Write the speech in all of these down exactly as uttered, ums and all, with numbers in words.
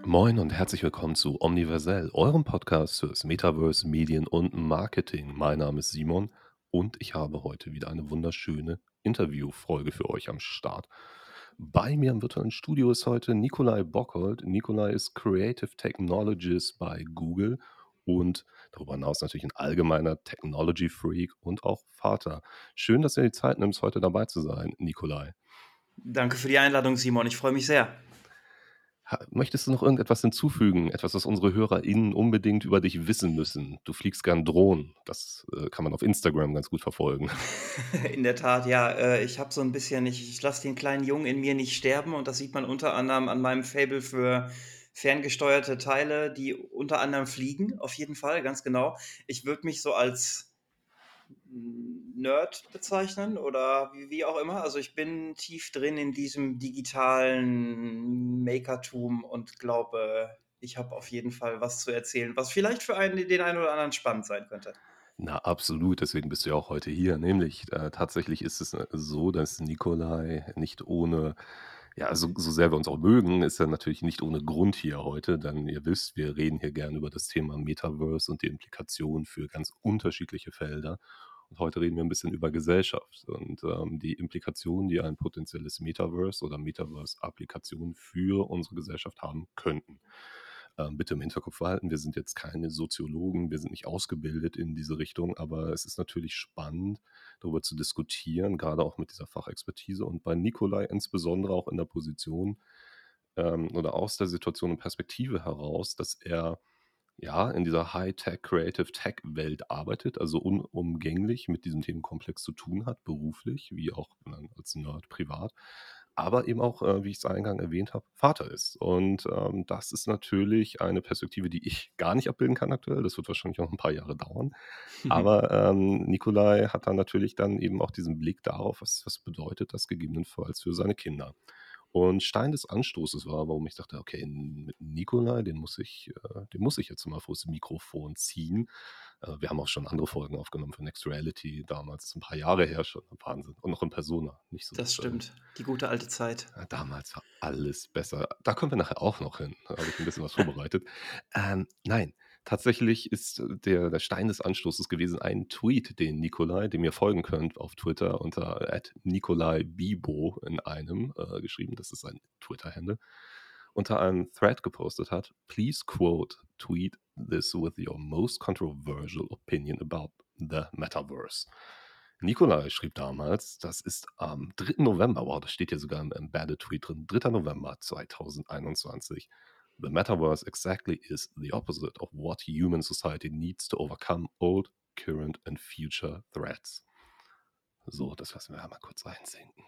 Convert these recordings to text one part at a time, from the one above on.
Moin und herzlich willkommen zu Omniversell, eurem Podcast fürs Metaverse, Medien und Marketing. Mein Name ist Simon und ich habe heute wieder eine wunderschöne Interviewfolge für euch am Start. Bei mir im virtuellen Studio ist heute Nikolai Bockhold. Nikolai ist Creative Technologist bei Google und darüber hinaus natürlich ein allgemeiner Technology Freak und auch Vater. Schön, dass ihr die Zeit nimmst, heute dabei zu sein, Nikolai. Danke für die Einladung, Simon. Ich freue mich sehr. Ha möchtest du noch irgendetwas hinzufügen? Etwas, was unsere HörerInnen unbedingt über dich wissen müssen? Du fliegst gern Drohnen. Das, äh, kann man auf Instagram ganz gut verfolgen. In der Tat, ja, äh, ich habe so ein bisschen ich ich lasse den kleinen Jungen in mir nicht sterben und das sieht man unter anderem an meinem Faible für ferngesteuerte Teile, die unter anderem fliegen, auf jeden Fall, ganz genau. Ich würde mich so als Nerd bezeichnen oder wie wie auch immer. Also, ich bin tief drin in diesem digitalen Makertum und glaube, ich habe auf jeden Fall was zu erzählen, was vielleicht für einen den einen oder anderen spannend sein könnte. Na, absolut, deswegen bist du ja auch heute hier. Nämlich, äh, tatsächlich ist es, äh, so, dass Nikolai nicht ohne ja, so so sehr wir uns auch mögen, ist er natürlich nicht ohne Grund hier heute, denn ihr wisst, wir reden hier gerne über das Thema Metaverse und die Implikationen für ganz unterschiedliche Felder. Und heute reden wir ein bisschen über Gesellschaft und, ähm, die Implikationen, die ein potenzielles Metaverse oder Metaverse-Applikationen für unsere Gesellschaft haben könnten. Ähm, bitte im Hinterkopf behalten, wir sind jetzt keine Soziologen, wir sind nicht ausgebildet in diese Richtung, aber es ist natürlich spannend, darüber zu diskutieren, gerade auch mit dieser Fachexpertise und bei Nikolai insbesondere auch in der Position ähm, oder aus der Situation und Perspektive heraus, dass er ja in dieser High-Tech, Creative Tech-Welt arbeitet, also unumgänglich mit diesem Themenkomplex zu tun hat, beruflich wie auch äh, als Nerd privat, aber eben auch, äh, wie ich es eingangs erwähnt habe, Vater ist. Und ähm, das ist natürlich eine Perspektive, die ich gar nicht abbilden kann aktuell. Das wird wahrscheinlich noch ein paar Jahre dauern. Aber ähm, Nikolai hat dann natürlich dann eben auch diesen Blick darauf, was, was bedeutet das gegebenenfalls für seine Kinder. Und Stein des Anstoßes war, warum ich dachte, okay, n- mit Nikolai, den muss ich, äh, den muss ich jetzt mal vors Mikrofon ziehen. Äh, wir haben auch schon andere Folgen aufgenommen für Next Reality, damals ein paar Jahre her schon. Wahnsinn. Und noch in Persona, nicht so Das virtuell. stimmt, die gute alte Zeit. Ja, damals war alles besser. Da kommen wir nachher auch noch hin. Da habe ich ein bisschen was vorbereitet. Ähm, nein, tatsächlich ist äh, der der Stein des Anstoßes gewesen ein Tweet, den Nikolai, dem ihr folgen könnt auf Twitter unter at @nikolaibibo in einem, äh, geschrieben, das ist sein Twitter-Handle, unter einem Thread gepostet hat: „Please quote tweet this with your most controversial opinion about the Metaverse." Nikolai schrieb damals, das ist am dritten November, wow, das steht hier sogar im Embedded Tweet drin, dritter November zweitausendeinundzwanzig. The Metaverse exactly is the opposite of what human society needs to overcome old, current and future threats. So, das lassen wir einmal kurz einsinken.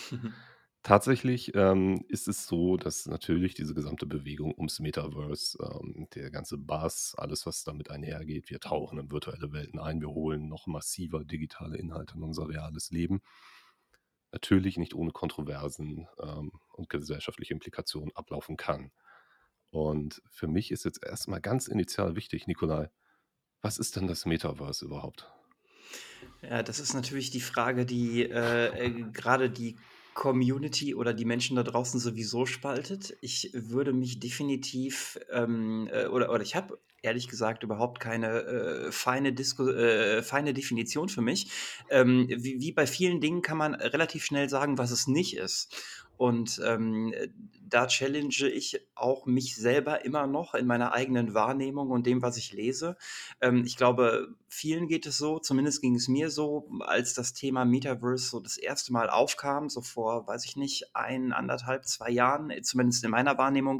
Tatsächlich, ähm, ist es so, dass natürlich diese gesamte Bewegung ums Metaverse, ähm, der ganze Buzz, alles, was damit einhergeht, wir tauchen in virtuelle Welten ein, wir holen noch massiver digitale Inhalte in unser reales Leben, natürlich nicht ohne Kontroversen, ähm, und gesellschaftliche Implikationen ablaufen kann. Und für mich ist jetzt erst mal ganz initial wichtig, Nikolai, was ist denn das Metaverse überhaupt? Ja, das ist natürlich die Frage, die, äh, äh, grade die Community oder die Menschen da draußen sowieso spaltet. Ich würde mich definitiv, ähm, äh, oder oder ich habe ehrlich gesagt überhaupt keine, äh, feine Disko äh, feine Definition für mich. Ähm, wie wie bei vielen Dingen kann man relativ schnell sagen, was es nicht ist. Und, ähm, äh, da challenge ich auch mich selber immer noch in meiner eigenen Wahrnehmung und dem, was ich lese. Ähm, ich glaube, vielen geht es so, zumindest ging es mir so, als das Thema Metaverse so das erste Mal aufkam, so vor, weiß ich nicht, ein, anderthalb, zwei Jahren, äh, zumindest in meiner Wahrnehmung,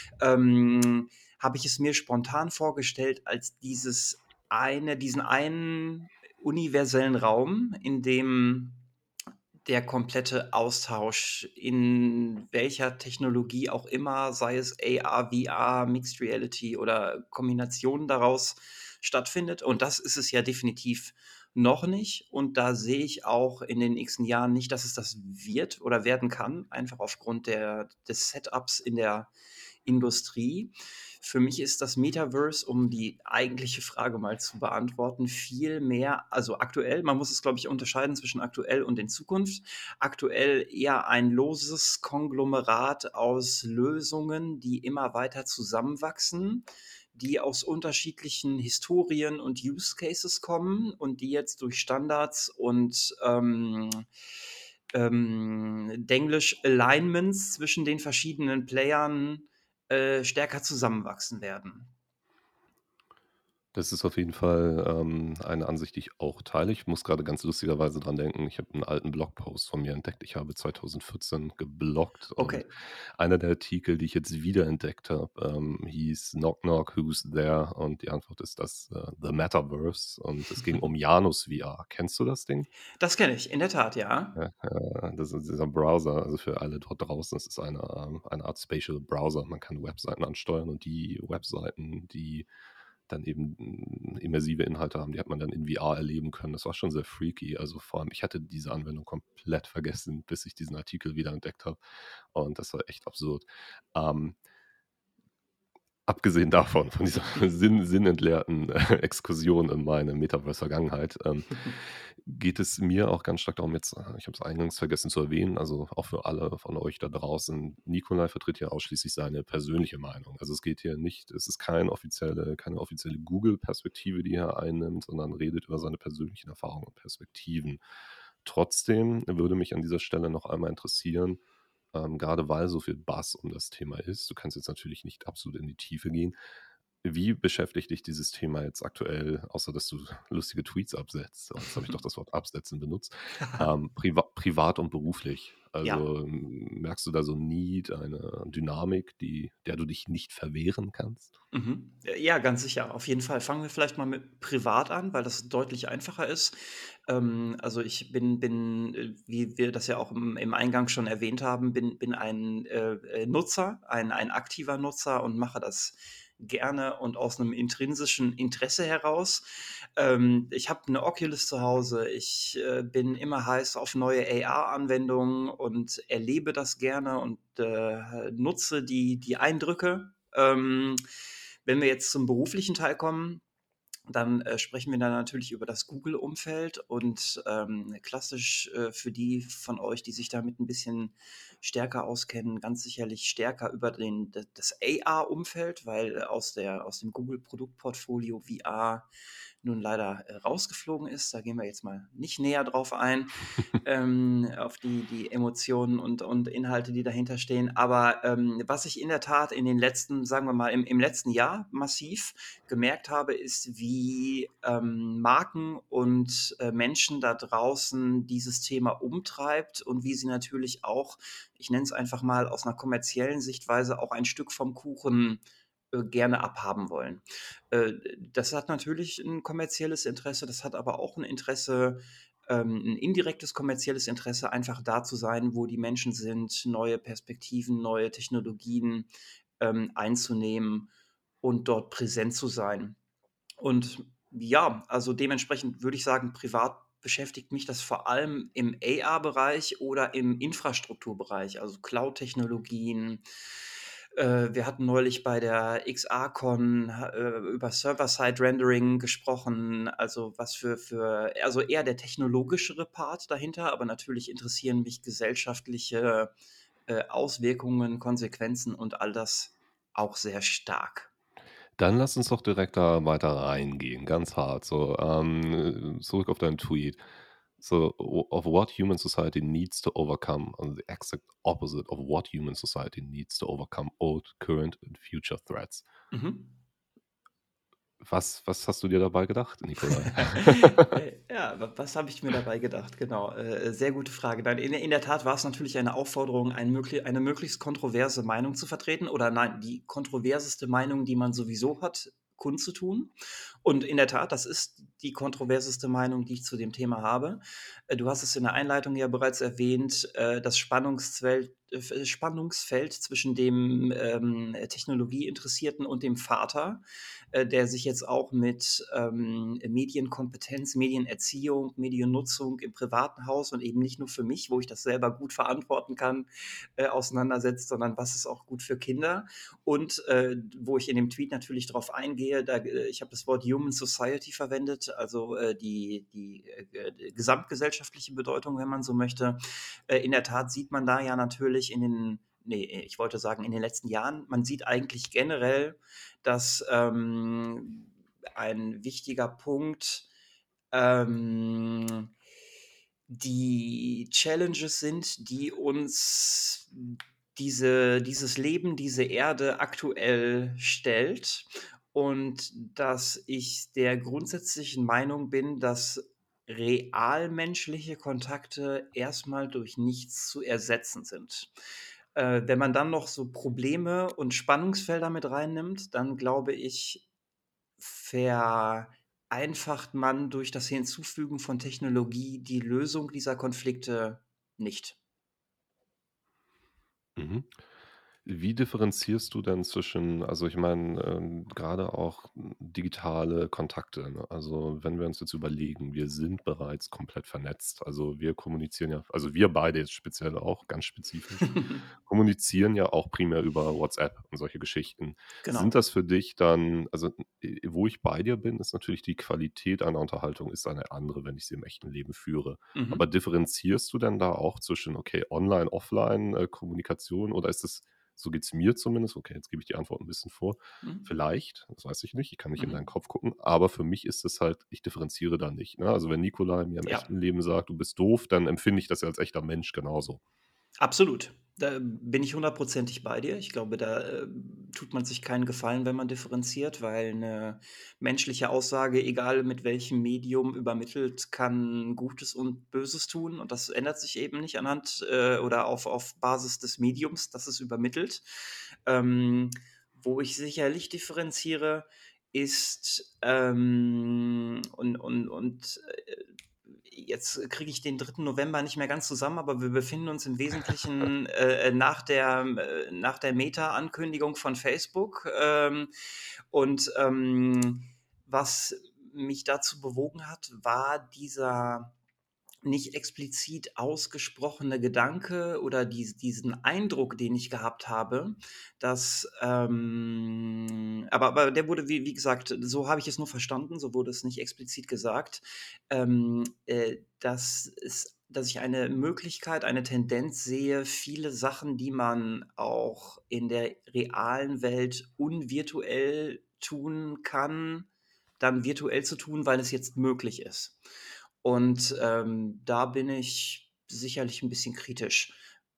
ähm, habe ich es mir spontan vorgestellt als dieses eine diesen einen universellen Raum, in dem der komplette Austausch in welcher Technologie auch immer, sei es A R, V R, Mixed Reality oder Kombinationen daraus stattfindet. Und das ist es ja definitiv noch nicht. Und da sehe ich auch in den nächsten Jahren nicht, dass es das wird oder werden kann, einfach aufgrund der, des Setups in der Industrie. Für mich ist das Metaverse, um die eigentliche Frage mal zu beantworten, viel mehr also aktuell man muss es, glaube ich, unterscheiden zwischen aktuell und in Zukunft. Aktuell eher ein loses Konglomerat aus Lösungen, die immer weiter zusammenwachsen, die aus unterschiedlichen Historien und Use Cases kommen und die jetzt durch Standards und, ähm, ähm, Denglisch Alignments zwischen den verschiedenen Playern, äh, stärker zusammenwachsen werden. Das ist auf jeden Fall, ähm, eine Ansicht, die ich auch teile. Ich muss grade ganz lustigerweise dran denken, ich habe 'n alten Blogpost von mir entdeckt. Ich habe zweitausendvierzehn gebloggt und Okay. einer der Artikel, die ich jetzt wiederentdeckt habe, ähm, hieß „Knock knock, who's there?“ Und die Antwort ist das, äh, The Metaverse und es ging um Janus VR. Kennst du das Ding? Das kenne ich, in der Tat, ja. Ja, äh, das ist dieser Browser, also für alle dort draußen, das ist eine, ähm eine Art Spatial Browser. Man kann Webseiten ansteuern und die Webseiten, die dann eben, hm, immersive Inhalte haben, die hat man dann in VR erleben können. Das war schon sehr freaky. Also, vor allem ich hatte diese Anwendung komplett vergessen, bis ich diesen Artikel wiederentdeckt habe und das war echt absurd. Ähm abgesehen davon, von dieser sinn sinnentleerten Exkursion in meine Metaverse-Vergangenheit, ähm, geht es mir auch ganz stark darum jetzt äh, ich habe es eingangs vergessen zu erwähnen, also auch für alle von euch da draußen, Nikolai vertritt hier ausschließlich seine persönliche Meinung. Also, es geht hier nicht es ist kein offizielle keine offizielle Google-Perspektive, die er einnimmt, sondern redet über seine persönlichen Erfahrungen und Perspektiven. Trotzdem würde mich an dieser Stelle noch einmal interessieren, ähm, grade weil so viel Buzz um das Thema ist, du kannst jetzt natürlich nicht absolut in die Tiefe gehen. Wie beschäftigt dich dieses Thema jetzt aktuell, außer dass du lustige Tweets absetzt? Oh, jetzt habe ich doch das Wort absetzen benutzt. Ähm, priva privat und beruflich. Ja. Also, m merkst du da so 'n Need, eine Dynamik, die der du dich nicht verwehren kannst? Mhm. Äh, ja, ganz sicher, auf jeden Fall. Fangen wir vielleicht mal mit privat an, weil das deutlich einfacher ist. Ähm, also, ich bin bin, äh, wie wir das ja auch im im Eingang schon erwähnt haben, bin bin ein, äh, äh, Nutzer, ein ein aktiver Nutzer und mache das gerne und aus 'nem intrinsischen Interesse heraus. Ähm, ich habe 'ne Oculus zu Hause. Ich, äh, bin immer heiß auf neue AR-Anwendungen und erlebe das gerne und, äh, nutze die die Eindrücke. Ähm, wenn wir jetzt zum beruflichen Teil kommen, dann, äh, sprechen wir da natürlich über das Google-Umfeld und, ähm, klassisch, äh, für die von euch, die sich damit 'n bisschen stärker auskennen, ganz sicherlich stärker über den d das AR-Umfeld, weil aus der aus dem Google-Produktportfolio VR nun leider, äh, rausgeflogen ist. Da gehen wir jetzt mal nicht näher drauf ein, ähm, auf die die Emotionen und und Inhalte, die dahinter stehen. Aber, ähm, was ich in der Tat in den letzten sagen wir mal, im im letzten Jahr massiv gemerkt habe, ist, wie, ähm, Marken und, äh, Menschen da draußen dieses Thema umtreibt und wie sie natürlich auch, ich nenne es einfach mal aus 'ner kommerziellen Sichtweise, auch ein Stück vom Kuchen, äh, gerne abhaben wollen. Äh, das hat natürlich 'n kommerzielles Interesse, das hat aber auch 'n Interesse ähm, 'n indirektes kommerzielles Interesse, einfach da zu sein, wo die Menschen sind, neue Perspektiven, neue Technologien, ähm, einzunehmen und dort präsent zu sein. Und ja, also dementsprechend würde ich sagen, privat beschäftigt mich das vor allem im AR-Bereich oder im Infrastrukturbereich, also Cloud-Technologien. Äh, wir hatten neulich bei der XR-Con ha äh, über Server-Side-Rendering gesprochen, also was für für also eher der technologischere Part dahinter, aber natürlich interessieren mich gesellschaftliche, äh, Auswirkungen, Konsequenzen und all das auch sehr stark. Dann lass uns doch direkt da weiter reingehen, ganz hart so. Ähm, zurück auf deinen Tweet. So, o of what human society needs to overcome on the exact opposite of what human society needs to overcome old, current and future threats. Mhm. Was was hast du dir dabei gedacht, Nikolai? Äh, ja, wa was habe ich mir dabei gedacht? Genau, äh, sehr gute Frage. Nein, in in der Tat war's natürlich eine Aufforderung, ein mögli eine möglichst kontroverse Meinung zu vertreten oder nein, die kontroverseste Meinung, die man sowieso hat, kundzutun. Und in der Tat, das ist die kontroverseste Meinung, die ich zu dem Thema habe. Äh, du hast es in der Einleitung ja bereits erwähnt, äh, das Spannungsfeld f äh, Spannungsfeld zwischen dem, ähm, Technologieinteressierten und dem Vater, äh, der sich jetzt auch mit, ähm, Medienkompetenz, Medienerziehung, Mediennutzung im privaten Haus und eben nicht nur für mich, wo ich das selber gut verantworten kann, äh, auseinandersetzt, sondern was ist auch gut für Kinder. Und, äh, wo ich in dem Tweet natürlich drauf eingehe, da äh, ich habe das Wort Human Society verwendet, also, äh, die die, äh, g gesamtgesellschaftliche Bedeutung, wenn man so möchte. Äh, in der Tat sieht man da ja natürlich in den ne, ich wollte sagen, in den letzten Jahren man sieht eigentlich generell, dass, ähm, ein wichtiger Punkt, ähm, die Challenges sind, die uns diese dieses Leben, diese Erde aktuell stellt und dass ich der grundsätzlichen Meinung bin, dass realmenschliche Kontakte erstmal durch nichts zu ersetzen sind. Äh, wenn man dann noch so Probleme und Spannungsfelder mit reinnimmt, dann glaube ich, vereinfacht man durch das Hinzufügen von Technologie die Lösung dieser Konflikte nicht. Mhm. Wie differenzierst du denn zwischen also, ich meine, ähm, grade auch digitale Kontakte, ne? Also, wenn wir uns jetzt überlegen, wir sind bereits komplett vernetzt. Also, wir kommunizieren ja also, wir beide jetzt speziell auch, ganz spezifisch, kommunizieren ja auch primär über WhatsApp und solche Geschichten. Sind Genau. das für dich dann also, äh, wo ich bei dir bin, ist natürlich die Qualität einer Unterhaltung ist eine andere, wenn ich sie im echten Leben führe. Aber Mhm. differenzierst du denn da auch zwischen, okay, Online, Offline, äh, Kommunikation oder ist es so geht's mir zumindest, okay, jetzt gebe ich die Antwort 'n bisschen vor. Mhm. Vielleicht, das weiß ich nicht, ich kann nicht in deinen Mhm. Kopf gucken, aber für mich ist es halt ich differenziere da nicht, ne? Also, wenn Nikolai mir im Ja. echten Leben sagt: „Du bist doof“, dann empfinde ich das ja als echter Mensch genauso. Absolut. Da bin ich hundertprozentig bei dir. Ich glaube, da, äh, tut man sich keinen Gefallen, wenn man differenziert, weil 'ne menschliche Aussage, egal mit welchem Medium übermittelt, kann Gutes und Böses tun und das ändert sich eben nicht anhand, äh, oder auf auf Basis des Mediums, das es übermittelt. Ähm, wo ich sicherlich differenziere, ist, ähm und und und, äh, jetzt kriege ich den dritten November nicht mehr ganz zusammen, aber wir befinden uns im Wesentlichen, äh, äh, nach der äh, nach der Meta-Ankündigung von Facebook. Ähm, und, ähm, was mich dazu bewogen hat, war dieser nicht explizit ausgesprochene Gedanke oder dies diesen Eindruck, den ich gehabt habe, dass, ähm aber aber der wurde, wie wie gesagt so habe ich es nur verstanden, so wurde es nicht explizit gesagt, ähm, äh, dass es dass ich eine Möglichkeit, eine Tendenz sehe, viele Sachen, die man auch in der realen Welt unvirtuell tun kann, dann virtuell zu tun, weil es jetzt möglich ist. Und, ähm, da bin ich sicherlich 'n bisschen kritisch.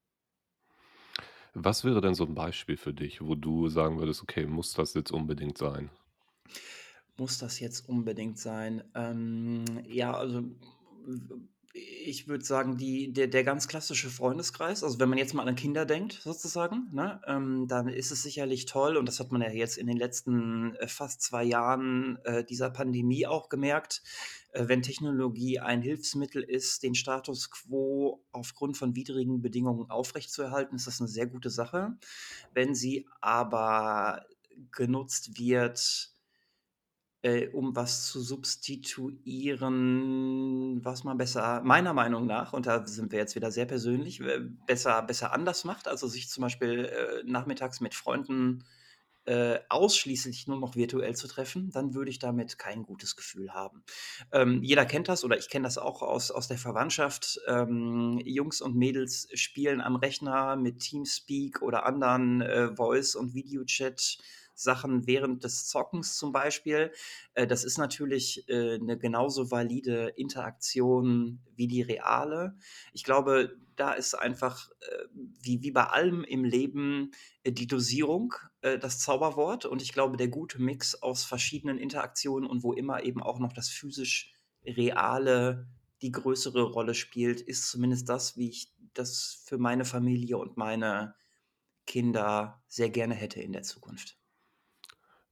Was wäre denn so 'n Beispiel für dich, wo du sagen würdest: „Okay, muss das jetzt unbedingt sein?“ Muss das jetzt unbedingt sein? Ähm, ja, also, w ich würde sagen, die der der ganz klassische Freundeskreis, also, wenn man jetzt mal an Kinder denkt sozusagen, ne, ähm, dann ist es sicherlich toll und das hat man ja jetzt in den letzten, äh, fast zwei Jahren, äh, dieser Pandemie auch gemerkt, äh, wenn Technologie ein Hilfsmittel ist, den Status quo aufgrund von widrigen Bedingungen aufrechtzuerhalten, ist das 'ne sehr gute Sache. Wenn sie aber genutzt wird äh, um was zu substituieren, was man besser meiner Meinung nach, und da sind wir jetzt wieder sehr persönlich, äh, besser besser anders macht, also, sich zum Beispiel, äh, nachmittags mit Freunden, äh, ausschließlich nur noch virtuell zu treffen, dann würde ich damit kein gutes Gefühl haben. Ähm, jeder kennt das oder ich kenne das auch aus aus der Verwandtschaft. Ähm, Jungs und Mädels spielen am Rechner mit Teamspeak oder anderen, äh, Voice und Videochat-Sachen während des Zockens zum Beispiel. Äh, das ist natürlich, äh, 'ne genauso valide Interaktion wie die reale. Ich glaube, da ist einfach, äh, wie wie bei allem im Leben, äh, die Dosierung, äh, das Zauberwort und ich glaube, der gute Mix aus verschiedenen Interaktionen und wo immer eben auch noch das physisch Reale die größere Rolle spielt, ist zumindest das, wie ich das für meine Familie und meine Kinder sehr gerne hätte in der Zukunft.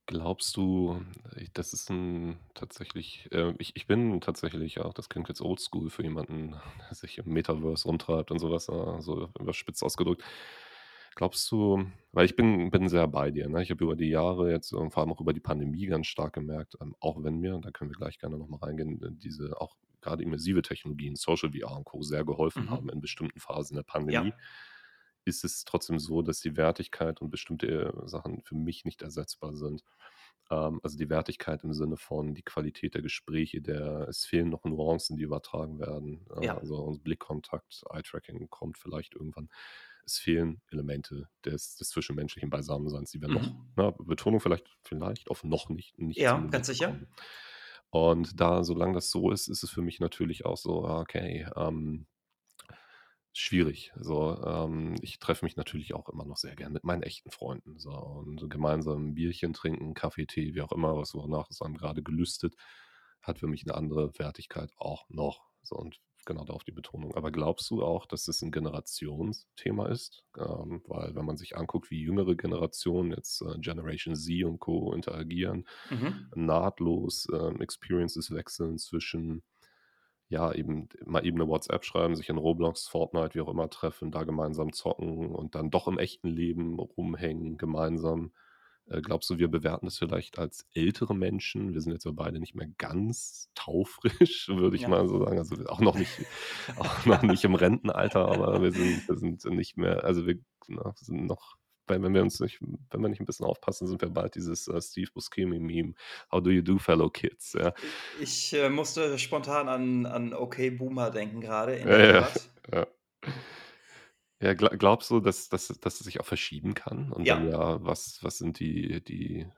Glaubst du, äh, das ist 'n tatsächlich äh, ich ich bin tatsächlich auch das klingt jetzt oldschool für jemanden, der sich im Metaverse rumtreibt und so was, äh, so überspitzt ausgedrückt. Glaubst du weil ich bin bin sehr bei dir, ne? Ich habe über die Jahre jetzt und vor allem auch über die Pandemie ganz stark gemerkt, ähm, auch wenn mir, und da können wir gleich gerne noch mal reingehen, äh, diese auch grade immersive Technologien, Social V R und Co. sehr geholfen haben Mhm. in bestimmten Phasen der Pandemie, Ja. ist es trotzdem so, dass die Wertigkeit und bestimmte, äh, Sachen für mich nicht ersetzbar sind. Ähm, also, die Wertigkeit im Sinne von die Qualität der Gespräche, der es fehlen noch Nuancen, die übertragen werden. Äh, Ja. also, Blickkontakt, Eye-Tracking kommt vielleicht irgendwann. Es fehlen Elemente des des zwischenmenschlichen Beisammenseins, die wir noch, Mhm. ne, Betonung vielleicht vielleicht auf noch nicht nicht Ja, ganz simuliert sicher. bekommen. Und da solange das so ist, ist es für mich natürlich auch so, ah, okay, ähm schwierig. So, ähm, ich treffe mich natürlich auch immer noch sehr gern mit meinen echten Freunden, so und gemeinsam 'n Bierchen trinken, Kaffee, Tee, wie auch immer, was wonach es einem grade gelüstet, hat für mich 'ne andere Wertigkeit auch noch. So und genau darauf die Betonung. Aber glaubst du auch, dass es 'n Generationsthema ist? Ähm, weil wenn man sich anguckt, wie jüngere Generationen jetzt, äh, Generation Z und Co. interagieren, Mhm. nahtlos, ähm, Experiences wechseln zwischen ja, eben mal eben 'ne WhatsApp schreiben, sich in Roblox, Fortnite, wie auch immer treffen, da gemeinsam zocken und dann doch im echten Leben rumhängen gemeinsam. Äh, glaubst du, wir bewerten das vielleicht als ältere Menschen? Wir sind jetzt ja beide nicht mehr ganz taufrisch, würde ich Ja. mal so sagen. Also, auch noch nicht auch noch nicht im Rentenalter, aber wir sind wir sind nicht mehr also, wir, ne, sind noch weil wenn wir uns nicht wenn wir nicht 'n bisschen aufpassen, sind wir bald dieses, äh, Steve Buscemi-Meme: „How do you do, fellow kids?“ Ja. I ich, äh, musste spontan an an „Okay Boomer“ denken grade in Ja, der ja, Gegenwart. ja. Ja, gla glaubst du, dass dass dass es sich auch verschieben kann? Und wenn Ja. ja, was was sind die die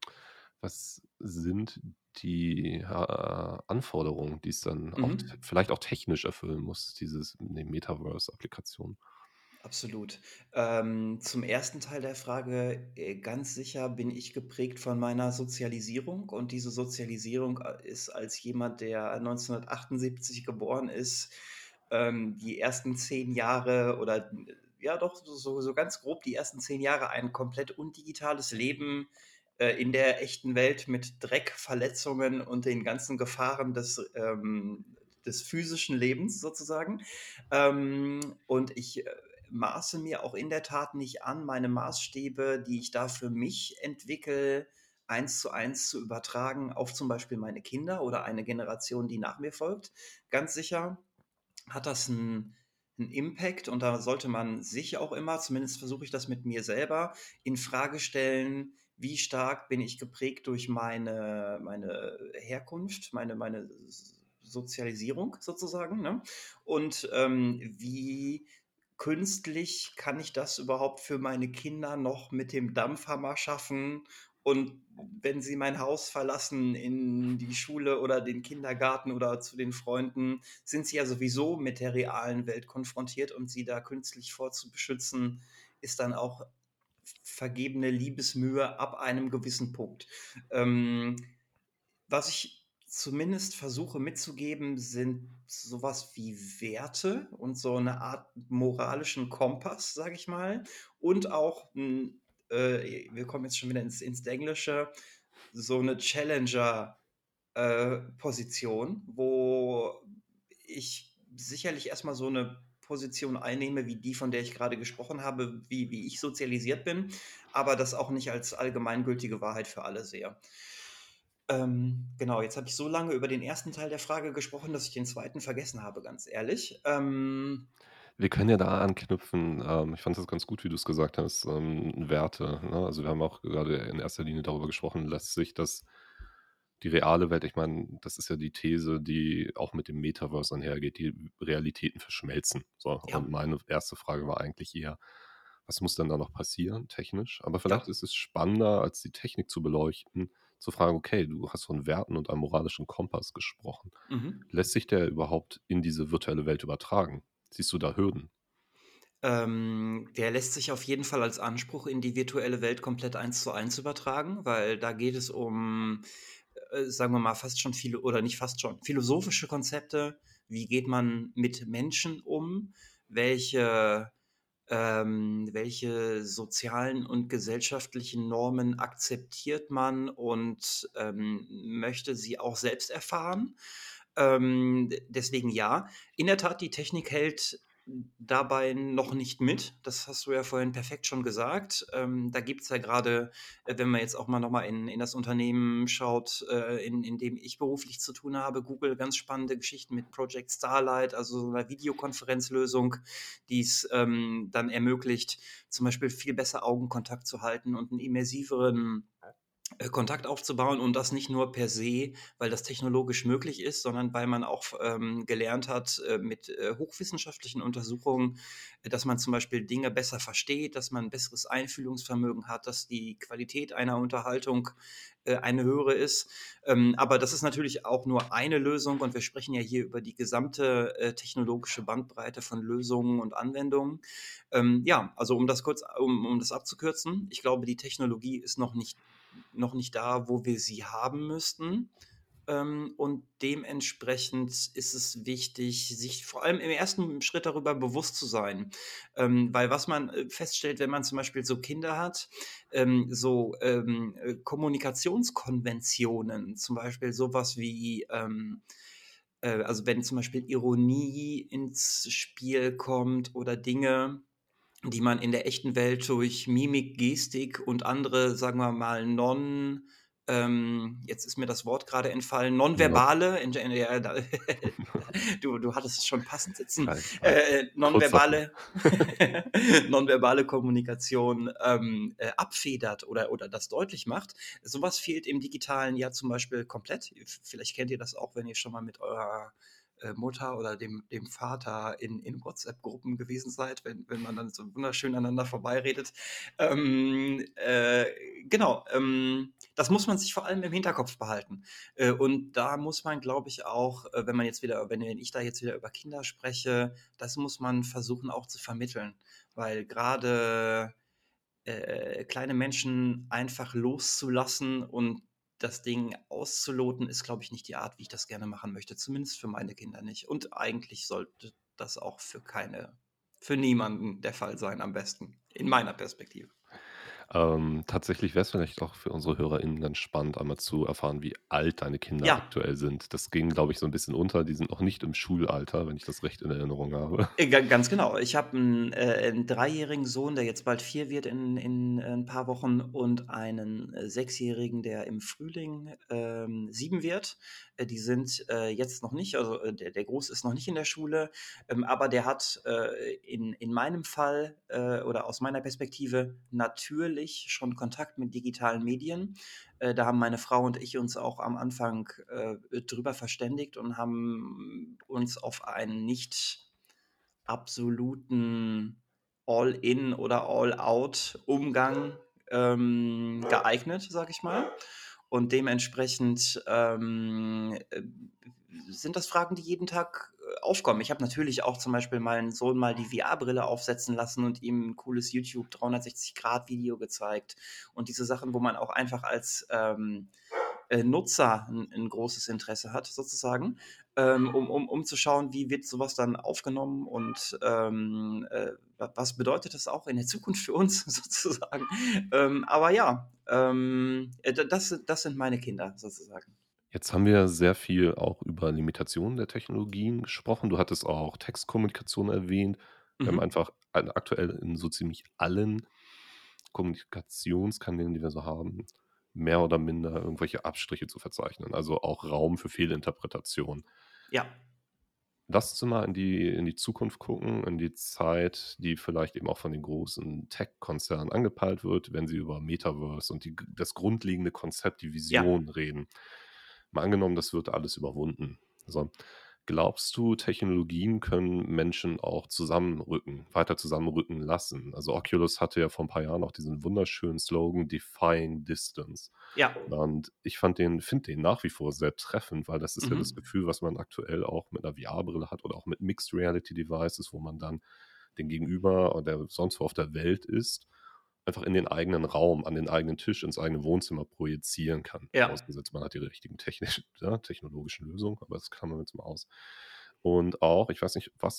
was sind die, äh, Anforderungen, die es dann auch t Mhm. vielleicht auch technisch erfüllen muss, dieses ne, Metaverse-Applikation? Absolut. Ähm, zum ersten Teil der Frage, äh, ganz sicher bin ich geprägt von meiner Sozialisierung und diese Sozialisierung, äh, ist als jemand, der neunzehnhundertachtundsiebzig geboren ist, ähm, die ersten zehn Jahre oder n ja doch, so so ganz grob die ersten zehn Jahre ein komplett undigitales Leben, äh, in der echten Welt mit Dreck, Verletzungen und den ganzen Gefahren des, ähm des physischen Lebens sozusagen. Ähm, und ich, äh, maße mir auch in der Tat nicht an, meine Maßstäbe, die ich da für mich entwickle, eins zu eins zu übertragen auf zum Beispiel meine Kinder oder eine Generation, die nach mir folgt. Ganz sicher hat das 'n 'n Impact und da sollte man sich auch immer, zumindest versuche ich das mit mir selber, infrage stellen: „Wie stark bin ich geprägt durch meine meine Herkunft, meine meine S Sozialisierung sozusagen, ne? Und, ähm, wie künstlich kann ich das überhaupt für meine Kinder noch mit dem Dampfhammer schaffen? Und wenn sie mein Haus verlassen in die Schule oder den Kindergarten oder zu den Freunden, sind sie ja sowieso mit der realen Welt konfrontiert und sie da künstlich vor zu beschützen, ist dann auch v vergebene Liebesmühe ab einem gewissen Punkt.“ Ähm, was ich zumindest versuche mitzugeben, sind so was wie Werte und so 'ne Art moralischen Kompass, sage ich mal. Und auch 'n äh, wir kommen jetzt schon wieder ins ins Englische, so 'ne Challenger, äh, Position, wo ich sicherlich erst mal so 'ne Position einnehme wie die, von der ich grade gesprochen habe, wie wie ich sozialisiert bin, aber das auch nicht als allgemeingültige Wahrheit für alle sehe. Ähm, genau, jetzt habe ich so lange über den ersten Teil der Frage gesprochen, dass ich den zweiten vergessen habe, ganz ehrlich. Ähm Wir können ja da anknüpfen. Ähm, ich fand das ganz gut, wie du's gesagt hast, ähm, Werte, ne? Also, wir haben auch gerade in erster Linie darüber gesprochen, lässt sich das die reale Welt ich meine, das ist ja die These, die auch mit dem Metaverse einhergeht, die Realitäten verschmelzen. So, und Ja. meine erste Frage war eigentlich eher: „Was muss denn da noch passieren technisch?“ Aber vielleicht Ja. ist es spannender, als die Technik zu beleuchten, zu fragen: „Okay, du hast von Werten und einem moralischen Kompass gesprochen. Mhm. Lässt sich der überhaupt in diese virtuelle Welt übertragen? Siehst du da Hürden?“ Ähm, der lässt sich auf jeden Fall als Anspruch in die virtuelle Welt komplett eins zu eins übertragen, weil da geht es um, äh, sagen wir mal, fast schon viele oder nicht fast schon, philosophische Konzepte. Wie geht man mit Menschen um? Welche, ähm, welche sozialen und gesellschaftlichen Normen akzeptiert man und, ähm, möchte sie auch selbst erfahren? Ähm, d deswegen ja. In der Tat, die Technik hält dabei noch nicht mit. Das hast du ja vorhin perfekt schon gesagt. Ähm, da gibt's ja grade, äh, wenn man jetzt auch mal noch mal in in das Unternehmen schaut, äh, in in dem ich beruflich zu tun habe, Google, ganz spannende Geschichten mit Project Starlight, also so 'ner Videokonferenzlösung, die's, ähm, dann ermöglicht, zum Beispiel viel besser Augenkontakt zu halten und 'n immersiveren, äh, Kontakt aufzubauen und das nicht nur per se, weil das technologisch möglich ist, sondern weil man auch f ähm, gelernt hat, äh, mit, äh, hochwissenschaftlichen Untersuchungen, äh, dass man zum Beispiel Dinge besser versteht, dass man 'n besseres Einfühlungsvermögen hat, dass die Qualität einer Unterhaltung, äh, eine höhere ist. Ähm, aber das ist natürlich auch nur eine Lösung und wir sprechen ja hier über die gesamte, äh, technologische Bandbreite von Lösungen und Anwendungen. Ähm, ja, also um das kurz um um das abzukürzen, ich glaube, die Technologie ist noch nicht noch nicht da, wo wir sie haben müssten. Ähm, und dementsprechend ist es wichtig, sich vor allem im ersten Schritt darüber bewusst zu sein. Ähm, weil was man, äh, feststellt, wenn man zum Beispiel so Kinder hat, ähm, so, ähm, äh, Kommunikationskonventionen, zum Beispiel so was wie, ähm, äh also wenn zum Beispiel Ironie ins Spiel kommt oder Dinge, die man in der echten Welt durch Mimik, Gestik und andere, sagen wir mal, non ähm, jetzt ist mir das Wort grade entfallen, No nonverbale, in ja, ja, da du du hattest es schon passend sitzen, Kein Ei äh, kurz davor. nonverbale nonverbale Kommunikation, ähm, äh, abfedert oder oder das deutlich macht. So was fehlt im Digitalen ja zum Beispiel komplett. V vielleicht kennt ihr das auch, wenn ihr schon mal mit eurer, äh, Mutter oder dem dem Vater in in WhatsApp-Gruppen gewesen seid, wenn wenn man dann so wunderschön aneinander vorbeiredet. Ähm, äh, genau, ähm, das muss man sich vor allem im Hinterkopf behalten. Äh, und da muss man, glaube ich, auch, äh, wenn man jetzt wieder wenn wenn ich da jetzt wieder über Kinder spreche, das muss man versuchen auch zu vermitteln, weil grade, äh, kleine Menschen einfach loszulassen und das Ding auszuloten, ist, glaube ich, nicht die Art, wie ich das gerne machen möchte, zumindest für meine Kinder nicht. Und eigentlich sollte das auch für keine für niemanden der Fall sein am besten, in meiner Perspektive. Ähm, tatsächlich wäre es vielleicht auch für unsere HörerInnen ganz spannend, einmal zu erfahren, wie alt deine Kinder Ja. aktuell sind. Das ging, glaube ich, so 'n bisschen unter. Die sind noch nicht im Schulalter, wenn ich das recht in Erinnerung habe. Äh, ga ganz genau. Ich habe 'n, äh, 'n dreijährigen Sohn, der jetzt bald vier wird in in, äh, 'n paar Wochen und einen, äh, sechsjährigen, der im Frühling, ähm, sieben wird. Äh, die sind, äh, jetzt noch nicht also, äh, der der Große ist noch nicht in der Schule, ähm, aber der hat, äh, in in meinem Fall, äh, oder aus meiner Perspektive natürlich schon Kontakt mit digitalen Medien. Äh, da haben meine Frau und ich uns auch am Anfang, äh, drüber verständigt und haben uns auf einen nicht absoluten All-in oder All-out-Umgang, ähm, geeignet, sage ich mal. Und dementsprechend, ähm, äh, sind das Fragen, die jeden Tag, äh, aufkommen. Ich habe natürlich auch zum Beispiel meinen Sohn mal die VR-Brille aufsetzen lassen und ihm 'n cooles YouTube dreihundertsechzig Grad Video gezeigt und diese Sachen, wo man auch einfach als, ähm, äh, Nutzer 'n 'n großes Interesse hat sozusagen, ähm, um um um zu schauen, wie wird so was dann aufgenommen und, ähm, äh, wa was bedeutet das auch in der Zukunft für uns sozusagen? Ähm, aber ja, ähm, äh, d das sind das sind meine Kinder sozusagen. Jetzt haben wir sehr viel auch über Limitationen der Technologien gesprochen. Du hattest auch Textkommunikation erwähnt. Wir haben Mhm. einfach ein aktuell in so ziemlich allen Kommunikationskanälen, die wir so haben, mehr oder minder irgendwelche Abstriche zu verzeichnen, also auch Raum für Fehlinterpretation. Ja. Lass uns mal in die in die Zukunft gucken, in die Zeit, die vielleicht eben auch von den großen Tech-Konzernen angepeilt wird, wenn sie über Metaverse und die g das grundlegende Konzept, die Ja. Vision reden. Mal angenommen, das wird alles überwunden. So, glaubst du, Technologien können Menschen auch zusammenrücken weiter zusammenrücken lassen? Also, Oculus hatte ja vor 'n paar Jahren auch diesen wunderschönen Slogan „Defying Distance“. Ja. Und ich fand den finde den nach wie vor sehr treffend, weil das ist ja das Mhm. Gefühl, was man aktuell auch mit 'ner VR-Brille hat oder auch mit Mixed Reality Devices, wo man dann den Gegenüber, der sonst wo auf der Welt ist, einfach in den eigenen Raum, an den eigenen Tisch, ins eigene Wohnzimmer projizieren kann. Ja. Vorausgesetzt, man hat die richtigen technischen ja, technologischen Lösungen, aber das klammern wir jetzt mal aus. Und auch, ich weiß nicht, was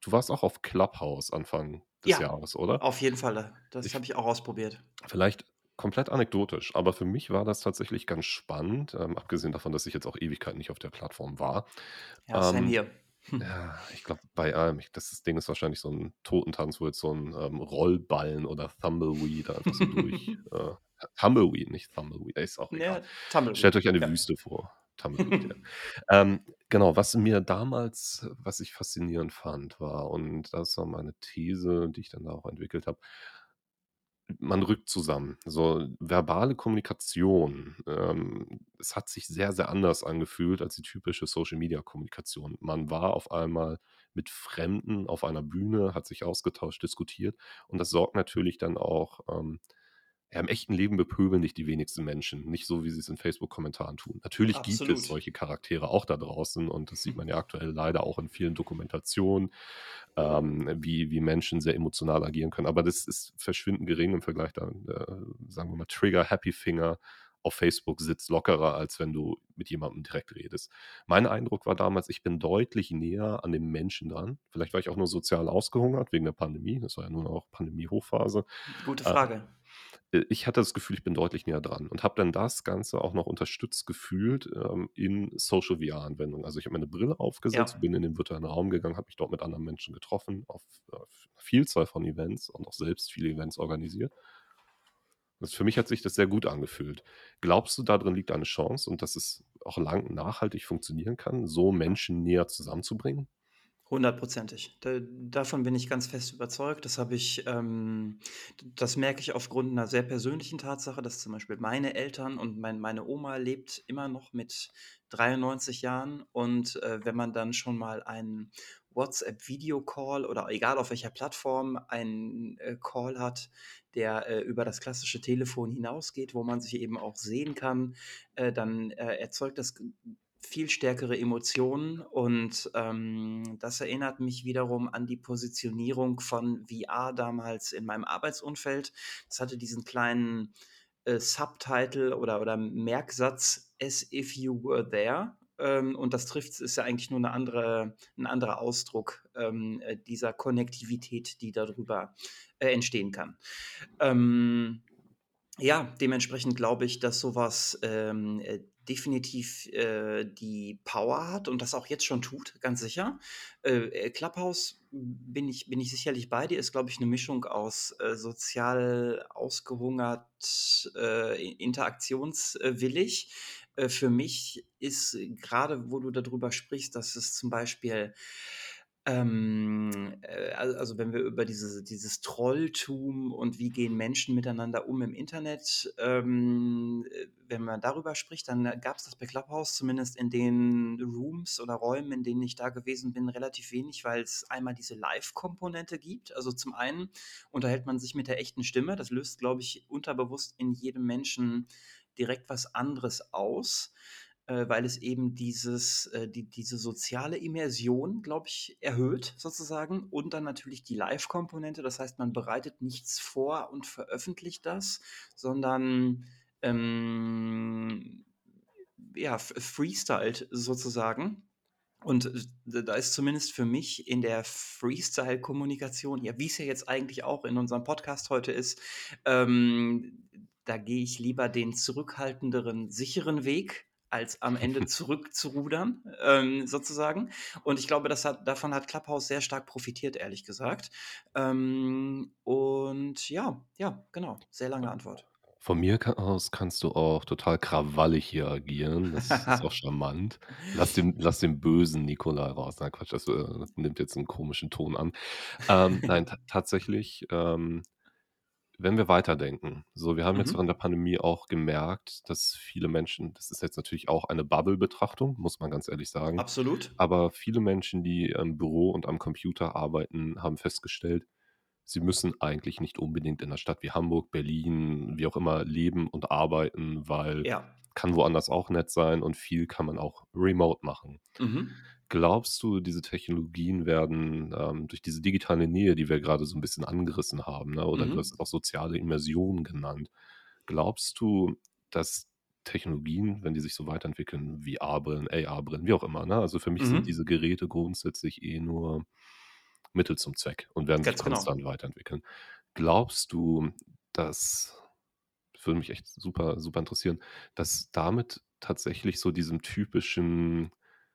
du warst auch auf Clubhouse Anfang des Ja, Jahres, oder? auf jeden Falle. Das Ich habe ich auch ausprobiert. Vielleicht komplett anekdotisch, aber für mich war das tatsächlich ganz spannend, ähm, abgesehen davon, dass ich jetzt auch Ewigkeiten nicht auf der Plattform war. Ja, same Ähm, hier. ja, ich glaube, bei allem ich das Ding ist wahrscheinlich so 'n Totentanz, wo jetzt so 'n, ähm, Rollballen oder Tumbleweed da einfach so durch äh, Tumbleweed, nicht Thumbleweed, ist auch egal. Ja, Tumbleweed, Stellt euch eine ja. Wüste vor. Tumbleweed, ja. Ähm, genau, was mir damals was ich faszinierend fand, war und das war meine These, die ich dann da auch entwickelt habe man rückt zusammen. So verbale Kommunikation, ähm, es hat sich sehr, sehr anders angefühlt als die typische Social-Media-Kommunikation. Man war auf einmal mit Fremden auf einer Bühne, hat sich ausgetauscht, diskutiert und das sorgt natürlich dann auch ähm, ja, im echten Leben bepöbeln dich die wenigsten Menschen, nicht so, wie sie's in Facebook-Kommentaren tun. Natürlich gibt es Absolut. solche Charaktere auch da draußen und das sieht man ja aktuell leider auch in vielen Dokumentationen, ähm, wie wie Menschen sehr emotional agieren können. Aber das ist verschwindend gering im Vergleich dann, äh, sagen wir mal, Trigger Happy Finger auf Facebook sitzt lockerer, als wenn du mit jemandem direkt redest. Mein Eindruck war damals, ich bin deutlich näher an den Menschen dran. Vielleicht war ich auch nur sozial ausgehungert wegen der Pandemie. Das war ja nun auch Pandemie-Hochphase. Gute Äh, Frage. äh, ich hatte das Gefühl, ich bin deutlich näher dran und habe dann das Ganze auch noch unterstützt gefühlt, ähm, in Social-VR-Anwendungen. Also, ich habe mir 'ne Brille aufgesetzt, Ja. bin in den virtuellen Raum gegangen, habe mich dort mit anderen Menschen getroffen auf auf Vielzahl von Events und auch selbst viele Events organisiert. Das für mich hat sich das sehr gut angefühlt. Glaubst du, da drin liegt eine Chance und dass es auch lang nachhaltig funktionieren kann, so Menschen näher zusammenzubringen? Hundertprozentig. Da davon bin ich ganz fest überzeugt. Das habe ich ähm, d das merke ich aufgrund 'ner sehr persönlichen Tatsache, dass zum Beispiel meine Eltern und mein meine Oma lebt immer noch mit dreiundneunzig Jahren und, äh, wenn man dann schon mal einen WhatsApp-Video-Call oder egal auf welcher Plattform einen, äh, Call hat, der, äh, über das klassische Telefon hinausgeht, wo man sich eben auch sehen kann, äh, dann, äh, erzeugt das g viel stärkere Emotionen und, ähm, das erinnert mich wiederum an die Positionierung von VR damals in meinem Arbeitsumfeld. Es hatte diesen kleinen, äh, Subtitle oder oder Merksatz: „As if you were there“, ähm, und das trifft's ist ja eigentlich nur 'ne andere 'n anderer Ausdruck, ähm, äh, dieser Konnektivität, die dadrüber, äh, entstehen kann. Ähm, ja, dementsprechend glaube ich, dass so was, ähm, äh, definitiv, äh, die Power hat und das auch jetzt schon tut, ganz sicher. Äh, äh, Clubhouse bin ich bin ich sicherlich bei dir, ist, glaube ich, 'ne Mischung aus, äh, sozial ausgehungert, äh, i interaktions äh, willig. Äh, für mich ist grade, wo du da drüber sprichst, dass es zum Beispiel, ähm, äh, al also, wenn wir über diese dieses Trolltum und wie gehen Menschen miteinander um im Internet, ähm, äh, wenn man darüber spricht, dann gab's das bei Clubhouse zumindest in den Rooms oder Räumen, in denen ich da gewesen bin, relativ wenig, weil's einmal diese Live-Komponente gibt. Also, zum einen unterhält man sich mit der echten Stimme. Das löst, glaube ich, unterbewusst in jedem Menschen direkt was anderes aus, äh, weil es eben dieses äh, die diese soziale Immersion, glaube ich, erhöht sozusagen und dann natürlich die Live-Komponente. Das heißt, man bereitet nichts vor und veröffentlicht das, sondern, ähm, ja, f freestylt sozusagen. Und d da ist zumindest für mich in der Freestyle-Kommunikation, ja, wie's ja jetzt eigentlich auch in unserem Podcast heute ist, ähm, da gehe ich lieber den zurückhaltenderen, sicheren Weg, als am Ende zurückzurudern, ähm, sozusagen. Und ich glaube, das hat davon hat Clubhouse sehr stark profitiert, ehrlich gesagt. Ähm, und ja, ja, genau, sehr lange Antwort. Von mir ka aus kannst du auch total krawallig hier agieren. Das ist auch charmant. Lass den lass den bösen Nikolai raus. Nein, Quatsch, das, äh, nimmt jetzt 'n komischen Ton an. Ähm, nein, ta tatsächlich, ähm, wenn wir weiterdenken, so, wir haben jetzt Mhm. während der Pandemie auch gemerkt, dass viele Menschen das ist jetzt natürlich auch eine Bubble-Betrachtung, muss man ganz ehrlich sagen, Absolut. aber viele Menschen, die im Büro und am Computer arbeiten, haben festgestellt, sie müssen eigentlich nicht unbedingt in 'ner Stadt wie Hamburg, Berlin, wie auch immer leben und arbeiten, weil Ja. kann woanders auch nett sein und viel kann man auch remote machen. Mhm. Glaubst du, diese Technologien werden, ähm, durch diese digitale Nähe, die wir grade so 'n bisschen angerissen haben, ne, oder du hast Mhm. es auch soziale Immersion genannt. Glaubst du, dass Technologien, wenn die sich so weiterentwickeln, VR-Brillen, AR-Brillen, wie auch immer, ne? Also, für mich sind Mhm. diese Geräte grundsätzlich eh nur Mittel zum Zweck und werden sich Ganz genau. konstant weiterentwickeln. Glaubst du, dass das würde mich echt super super interessieren, dass damit tatsächlich so diesem typischen,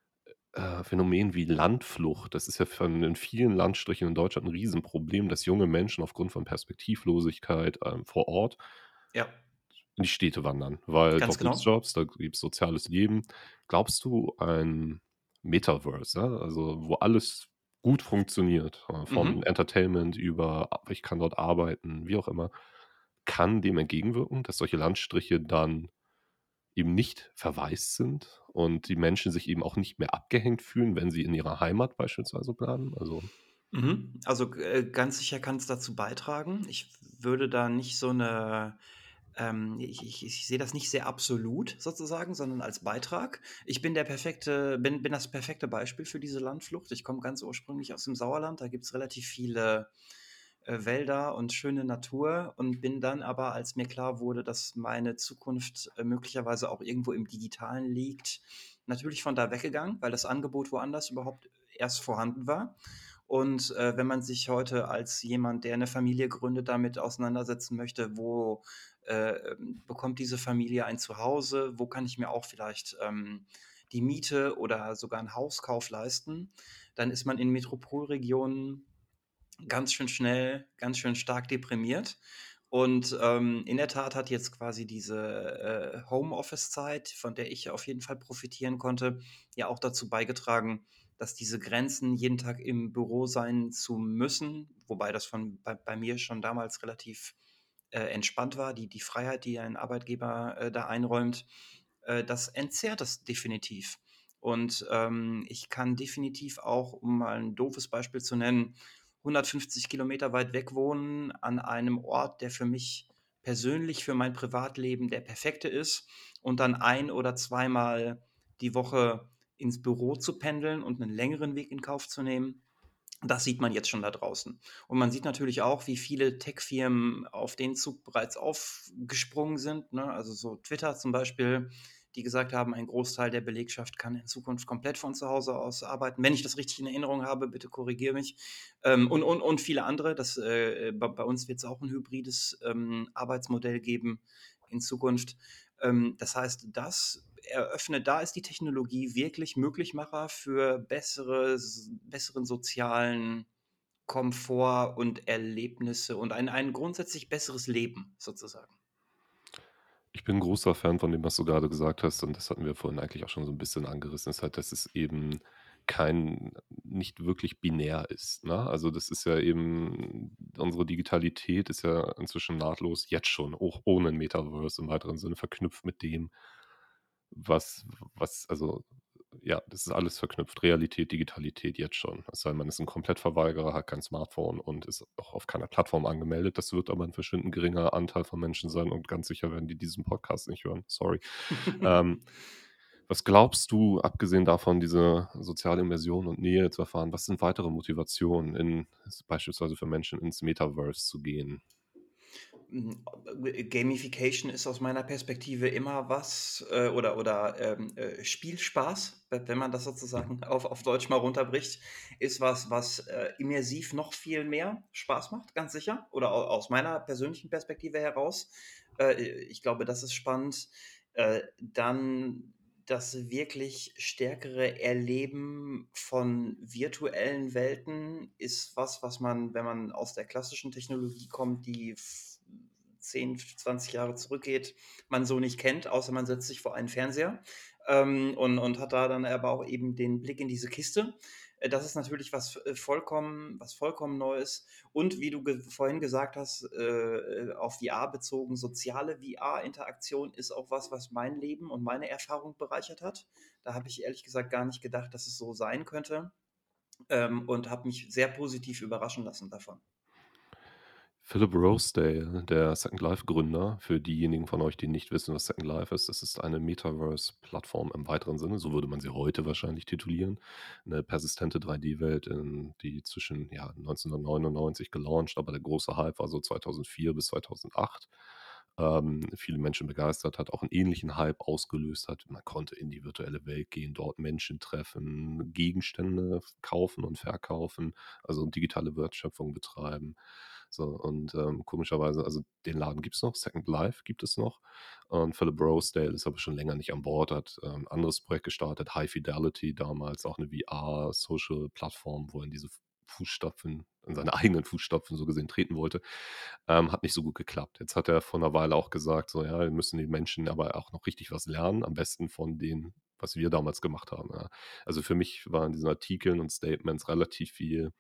äh, Phänomen wie Landflucht, das ist ja von in vielen Landstrichen in Deutschland 'n Riesenproblem, dass junge Menschen aufgrund von Perspektivlosigkeit, ähm, vor Ort Ja. in die Städte wandern, weil Ganz dort gibt's genau. Jobs, da gibt's soziales Leben. Glaubst du, ein Metaverse, ja, also wo alles gut funktioniert, äh, von Mhm. Entertainment über a ich kann dort arbeiten, wie auch immer, kann dem entgegenwirken, dass solche Landstriche dann eben nicht verwaist sind und die Menschen sich eben auch nicht mehr abgehängt fühlen, wenn sie in ihrer Heimat beispielsweise bleiben? Also Mhm. Also, g äh, ganz sicher kann's dazu beitragen. Ich würde da nicht so 'ne ähm, ich ich ich sehe das nicht sehr absolut sozusagen, sondern als Beitrag. Ich bin der perfekte bin bin das perfekte Beispiel für diese Landflucht. Ich komme ganz ursprünglich aus dem Sauerland, da gibt's relativ viele, äh, Wälder und schöne Natur und bin dann aber, als mir klar wurde, dass meine Zukunft, äh, möglicherweise auch irgendwo im Digitalen liegt, natürlich von da weggegangen, weil das Angebot woanders überhaupt erst vorhanden war. Und, äh, wenn man sich heute als jemand, der 'ne Familie gründet, damit auseinandersetzen möchte, wo, äh, ähm, bekommt diese Familie ein Zuhause? Wo kann ich mir auch vielleicht, ähm, die Miete oder sogar 'n Hauskauf leisten? Dann ist man in Metropolregionen ganz schön schnell ganz schön stark deprimiert. Und, ähm, in der Tat hat jetzt quasi diese, äh, Homeoffice-Zeit, von der ich auf jeden Fall profitieren konnte, ja auch dazu beigetragen, dass diese Grenzen, jeden Tag im Büro sein zu müssen, wobei das von bei bei mir schon damals relativ, äh, entspannt war, die die Freiheit, die ein Arbeitgeber, äh, da einräumt, äh, das entzerrt das definitiv. Und, ähm, ich kann definitiv auch, um mal 'n doofes Beispiel zu nennen, hundertfünfzig Kilometer weit weg wohnen an einem Ort, der für mich persönlich, für mein Privatleben der perfekte ist und dann ein oder zweimal die Woche ins Büro zu pendeln und 'nen längeren Weg in Kauf zu nehmen. Das sieht man jetzt schon da draußen. Und man sieht natürlich auch, wie viele Tech-Firmen auf den Zug bereits aufgesprungen sind, ne? Also, so Twitter zum Beispiel, die gesagt haben, ein Großteil der Belegschaft kann in Zukunft komplett von zu Hause aus arbeiten. Wenn ich das richtig in Erinnerung habe, bitte korrigiere mich. Ähm, und und und viele andere. Das, äh, äh, bei bei uns wird's auch 'n hybrides, ähm, Arbeitsmodell geben in Zukunft. Ähm, das heißt, das eröffnet da ist die Technologie wirklich Möglichmacher für besseres besseren sozialen Komfort und Erlebnisse und ein ein grundsätzlich besseres Leben sozusagen. Ich bin großer Fan von dem, was du grade gesagt hast, und das hatten wir vorhin eigentlich auch schon so 'n bisschen angerissen, ist halt, dass es eben kein nicht wirklich binär ist, ne? Also, das ist ja eben unsere Digitalität ist ja inzwischen nahtlos jetzt schon auch ohne 'n Metaverse im weiteren Sinne verknüpft mit dem was was also, ja, das ist alles verknüpft. Realität, Digitalität jetzt schon. Es sei denn, man ist 'n Komplettverweigerer, hat kein Smartphone und ist auch auf keiner Plattform angemeldet. Das wird aber 'n verschwindend geringer Anteil von Menschen sein und ganz sicher werden die diesen Podcast nicht hören, sorry. Ähm, was glaubst du, abgesehen davon, diese soziale Immersion und Nähe zu erfahren, was sind weitere Motivationen in s beispielsweise für Menschen ins Metaverse zu gehen? Hm, äh, Gamification ist aus meiner Perspektive immer was äh, oder oder, ähm, äh, Spielspaß, we wenn man das Mhm. sozusagen auf auf Deutsch mal runterbricht, ist was, was, äh, immersiv noch viel mehr Spaß macht, ganz sicher oder au aus meiner persönlichen Perspektive heraus. Äh, i ich glaube, das ist spannend. Äh, dann das wirklich stärkere Erleben von virtuellen Welten ist was, was man, wenn man aus der klassischen Technologie kommt, die f zehn, f zwanzig Jahre zurückgeht, man so nicht kennt, außer man setzt sich vor einen Fernseher, ähm, und und hat da dann aber auch eben den Blick in diese Kiste. Äh, das ist natürlich was, äh, vollkommen was vollkommen Neues. Und wie du ge vorhin gesagt hast, äh, äh, auf VR bezogen, soziale VR-Interaktion ist auch was, was mein Leben und meine Erfahrung bereichert hat. Da habe ich ehrlich gesagt gar nicht gedacht, dass es so sein könnte, ähm, und habe mich sehr positiv überraschen lassen davon. Philip Rosedale, der Second Life-Gründer, für diejenigen von euch, die nicht wissen, was Second Life ist, das ist eine Metaverse-Plattform im weiteren Sinne, so würde man sie heute wahrscheinlich titulieren. 'Ne persistente drei D-Welt, in die zwischen, ja, neunzehnhundertneunundneunzig gelauncht, aber der große Hype war so zweitausendvier bis zweitausendacht. ähm, viele Menschen begeistert hat, auch 'n ähnlichen Hype ausgelöst hat. Man konnte in die virtuelle Welt gehen, dort Menschen treffen, Gegenstände f kaufen und verkaufen, also digitale Wertschöpfung betreiben. So und, ähm, komischerweise also den Laden gibt's noch, Second Life gibt es noch. Und Philip Rosedale ist aber schon länger nicht an Bord, hat, ähm, anderes Projekt gestartet, High Fidelity damals, auch 'ne V R-Social-Plattform, wo er in diese F Fußstapfen in seine eigenen Fußstapfen so gesehen treten wollte. Ähm, hat nicht so gut geklappt. Jetzt hat er vor 'ner Weile auch gesagt, so: „Ja, wir müssen den Menschen aber auch noch richtig was lernen, am besten von dem, was wir damals gemacht haben“, ja. Also, für mich war in diesen Artikeln und Statements relativ viel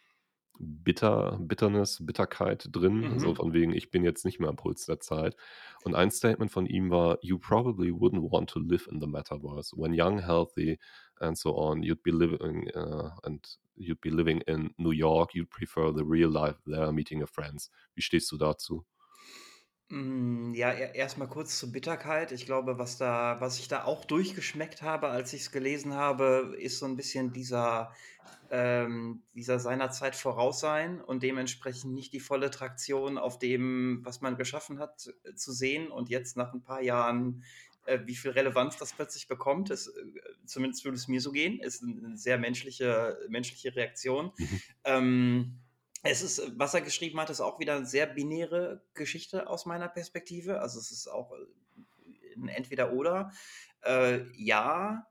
Bitter Bitterness, Bitterkeit drin, so Mhm. von wegen: „Ich bin jetzt nicht mehr am Puls der Zeit.“ Und ein Statement von ihm war: „You probably wouldn't want to live in the Metaverse. When young, healthy and so on, you'd be living, äh and you'd be living in New York, you'd prefer the real life there, meeting your friends.“ Wie stehst du dazu? Hm, ja, e erst mal kurz zur Bitterkeit. Ich glaube, was da was ich da auch durchgeschmeckt habe, als ich's gelesen habe, ist so 'n bisschen dieser ähm, dieser seiner Zeit voraus sein und dementsprechend nicht die volle Traktion auf dem, was man geschaffen hat, äh, zu sehen und jetzt nach 'n paar Jahren, äh, wie viel Relevanz das plötzlich bekommt. Es äh, zumindest würde es mir so gehen, ist 'n 'n sehr menschliche menschliche Reaktion. Mhm. Ähm, es ist was er geschrieben hat, ist auch wieder sehr binäre Geschichte aus meiner Perspektive. Also, es ist auch, äh, 'n Entweder-Oder. Äh, ja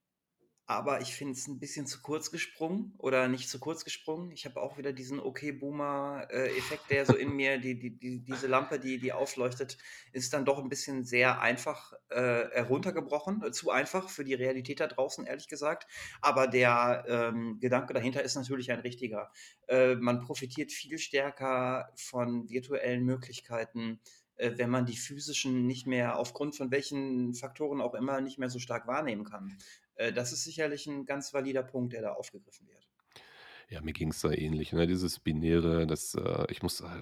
aber ich finde es 'n bisschen zu kurz gesprungen oder nicht zu kurz gesprungen. Ich habe auch wieder diesen Okay-Boomer, äh, Effekt, der so in mir die die die diese Lampe, die die aufleuchtet, ist dann doch 'n bisschen sehr einfach, äh, heruntergebrochen, äh, zu einfach für die Realität da draußen, ehrlich gesagt. Aber der, ähm, Gedanke dahinter ist natürlich ein richtiger. Äh, man profitiert viel stärker von virtuellen Möglichkeiten, äh, wenn man die physischen nicht mehr aufgrund von welchen Faktoren auch immer nicht mehr so stark wahrnehmen kann. Äh, das ist sicherlich 'n ganz valider Punkt, der da aufgegriffen wird. Ja, mir ging's da ähnlich, ne? Dieses Binäre, das, äh ich muss, äh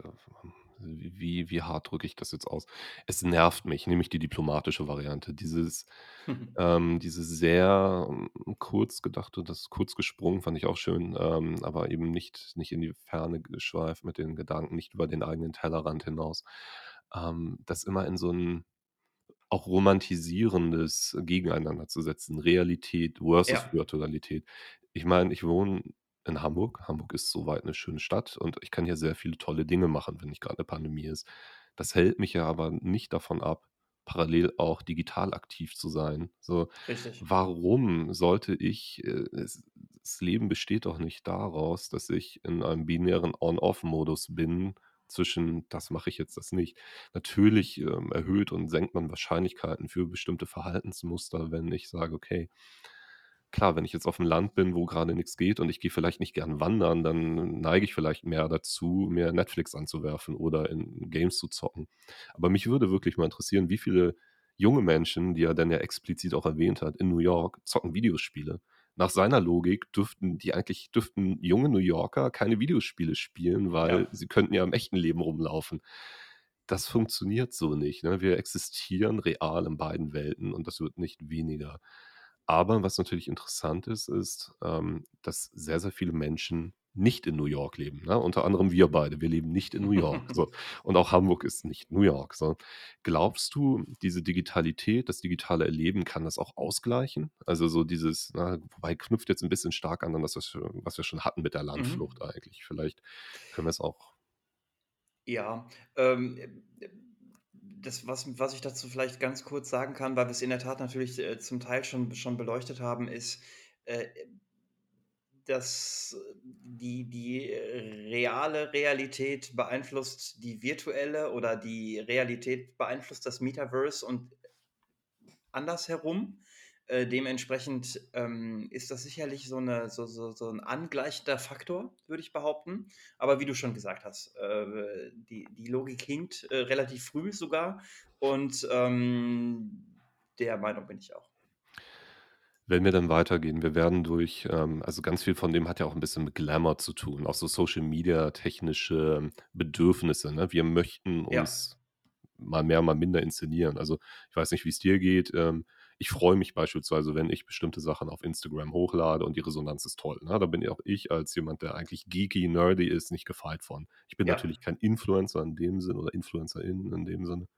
wie wie hart drücke ich das jetzt aus? Es nervt mich, nehme ich die diplomatische Variante. Dieses ähm, dieses sehr, hm, kurz gedachte, das kurz gesprungen fand ich auch schön, ähm, aber eben nicht nicht in die Ferne geschweift mit den Gedanken, nicht über den eigenen Tellerrand hinaus. Ähm, das immer in so 'n auch romantisierendes Gegeneinander zu setzen, Realität versus Ja. Virtualität. Ich meine, ich wohne in Hamburg. Hamburg ist so weit 'ne schöne Stadt und ich kann hier sehr viele tolle Dinge machen, wenn nicht grad 'ne Pandemie ist. Das hält mich ja aber nicht davon ab, parallel auch digital aktiv zu sein. So, Richtig. warum sollte ich äh, es das Leben besteht doch nicht daraus, dass ich in einem binären On-Off-Modus bin zwischen: „Das mache ich jetzt, das nicht.“ Natürlich, ähm, erhöht und senkt man Wahrscheinlichkeiten für bestimmte Verhaltensmuster, wenn ich sage: „Okay, klar, wenn ich jetzt auf'm Land bin, wo grade nix geht und ich gehe vielleicht nicht gern wandern, dann neige ich vielleicht mehr dazu, mir Netflix anzuwerfen oder in Games zu zocken.“ Aber mich würde wirklich mal interessieren, wie viele junge Menschen, die er dann ja explizit auch erwähnt hat, in New York zocken Videospiele. Nach seiner Logik dürften die eigentlich dürften junge New Yorker keine Videospiele spielen, weil Ja. sie könnten ja im echten Leben rumlaufen. Das funktioniert so nicht, ne? Wir existieren real in beiden Welten und das wird nicht weniger. Aber was natürlich interessant ist, ist, ähm, dass sehr, sehr viele Menschen nicht in New York leben, ne? Unter anderem wir beide. Wir leben nicht in New York, so. Und auch Hamburg ist nicht New York, so. Glaubst du, diese Digitalität, das digitale Erleben kann das auch ausgleichen? Also, so dieses ne, wobei knüpft jetzt 'n bisschen stark an an das, was wir was wir schon hatten mit der Landflucht Mhm. eigentlich. Vielleicht können wir's auch Ja, ähm, äh, das, was was ich dazu vielleicht ganz kurz sagen kann, weil wir's in der Tat natürlich, äh, zum Teil schon schon beleuchtet haben, ist, äh, dass die die reale Realität beeinflusst die virtuelle oder die Realität beeinflusst das Metaverse und andersherum. Äh, dementsprechend, ähm, ist das sicherlich so 'ne so so so 'n angleichender Faktor, würde ich behaupten. Aber wie du schon gesagt hast, äh, die die Logik hinkt, äh, relativ früh sogar und, ähm, der Meinung bin ich auch. Wenn wir dann weitergehen, wir werden durch ähm, also ganz viel von dem hat ja auch 'n bisschen mit Glamour zu tun, auch so Social-Media-technische Bedürfnisse, ne? Wir möchten Ja. uns mal mehr, mal minder inszenieren. Also, ich weiß nicht, wie's dir geht, ähm, ich freue mich beispielsweise, wenn ich bestimmte Sachen auf Instagram hochlade und die Resonanz ist toll, ne? Da bin ja auch ich als jemand, der eigentlich geeky, nerdy ist, nicht gefeit von. Ich bin Ja. natürlich kein Influencer in dem Sinne oder Influencerin in dem Sinne.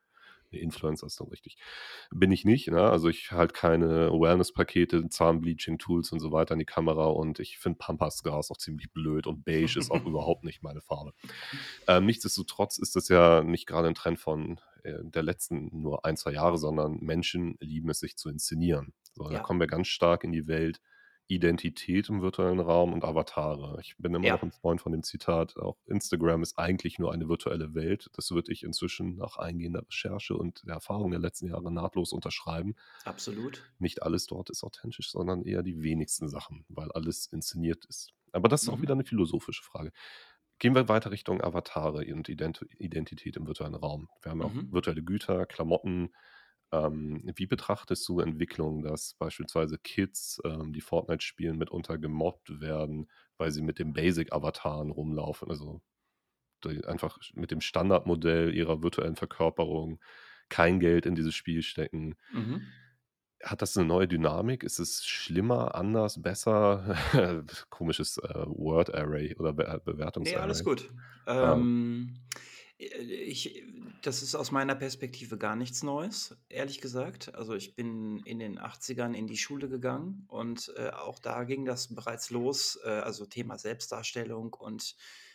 Ne, Influencer ist dann richtig. Bin ich nicht, ne? Also, ich halte keine Wellness-Pakete, Zahnbleaching-Tools und so weiter in die Kamera und ich finde Pampasgras auch ziemlich blöd und beige ist auch überhaupt nicht meine Farbe. Ähm, nichtsdestotrotz ist das ja nicht grade 'n Trend von, äh, der letzten nur ein, zwei Jahre, sondern Menschen lieben es, sich zu inszenieren. So, da Ja, kommen wir ganz stark in die Welt Identität im virtuellen Raum und Avatare. Ich bin immer ja, noch 'n Freund von dem Zitat, auch Instagram ist eigentlich nur eine virtuelle Welt. Das würde ich inzwischen nach eingehender Recherche und der Erfahrung der letzten Jahre nahtlos unterschreiben. absolut. Nicht alles dort ist authentisch, sondern eher die wenigsten Sachen, weil alles inszeniert ist. Aber das ist auch wieder Mhm, 'ne philosophische Frage. Gehen wir weiter Richtung Avatare und Ident Identität im virtuellen Raum. Wir haben ja auch mhm. virtuelle Güter, Klamotten. Ähm, wie betrachtest du Entwicklungen, dass beispielsweise Kids, ähm, die Fortnite spielen, mitunter gemobbt werden, weil sie mit den Basic-Avataren rumlaufen? Also, die einfach mit dem Standardmodell ihrer virtuellen Verkörperung kein Geld in dieses Spiel stecken. Mhm. Hat das 'ne neue Dynamik? Ist es schlimmer, anders, besser? Komisches, äh, Word Array oder Be Ne, alles Bewertungs-Array. gut. Ja. Ähm, äh, ich das ist aus meiner Perspektive gar nichts Neues, ehrlich gesagt. Also, ich bin in den Achtzigern in die Schule gegangen und, äh, auch da ging das bereits los, äh, also Thema Selbstdarstellung und,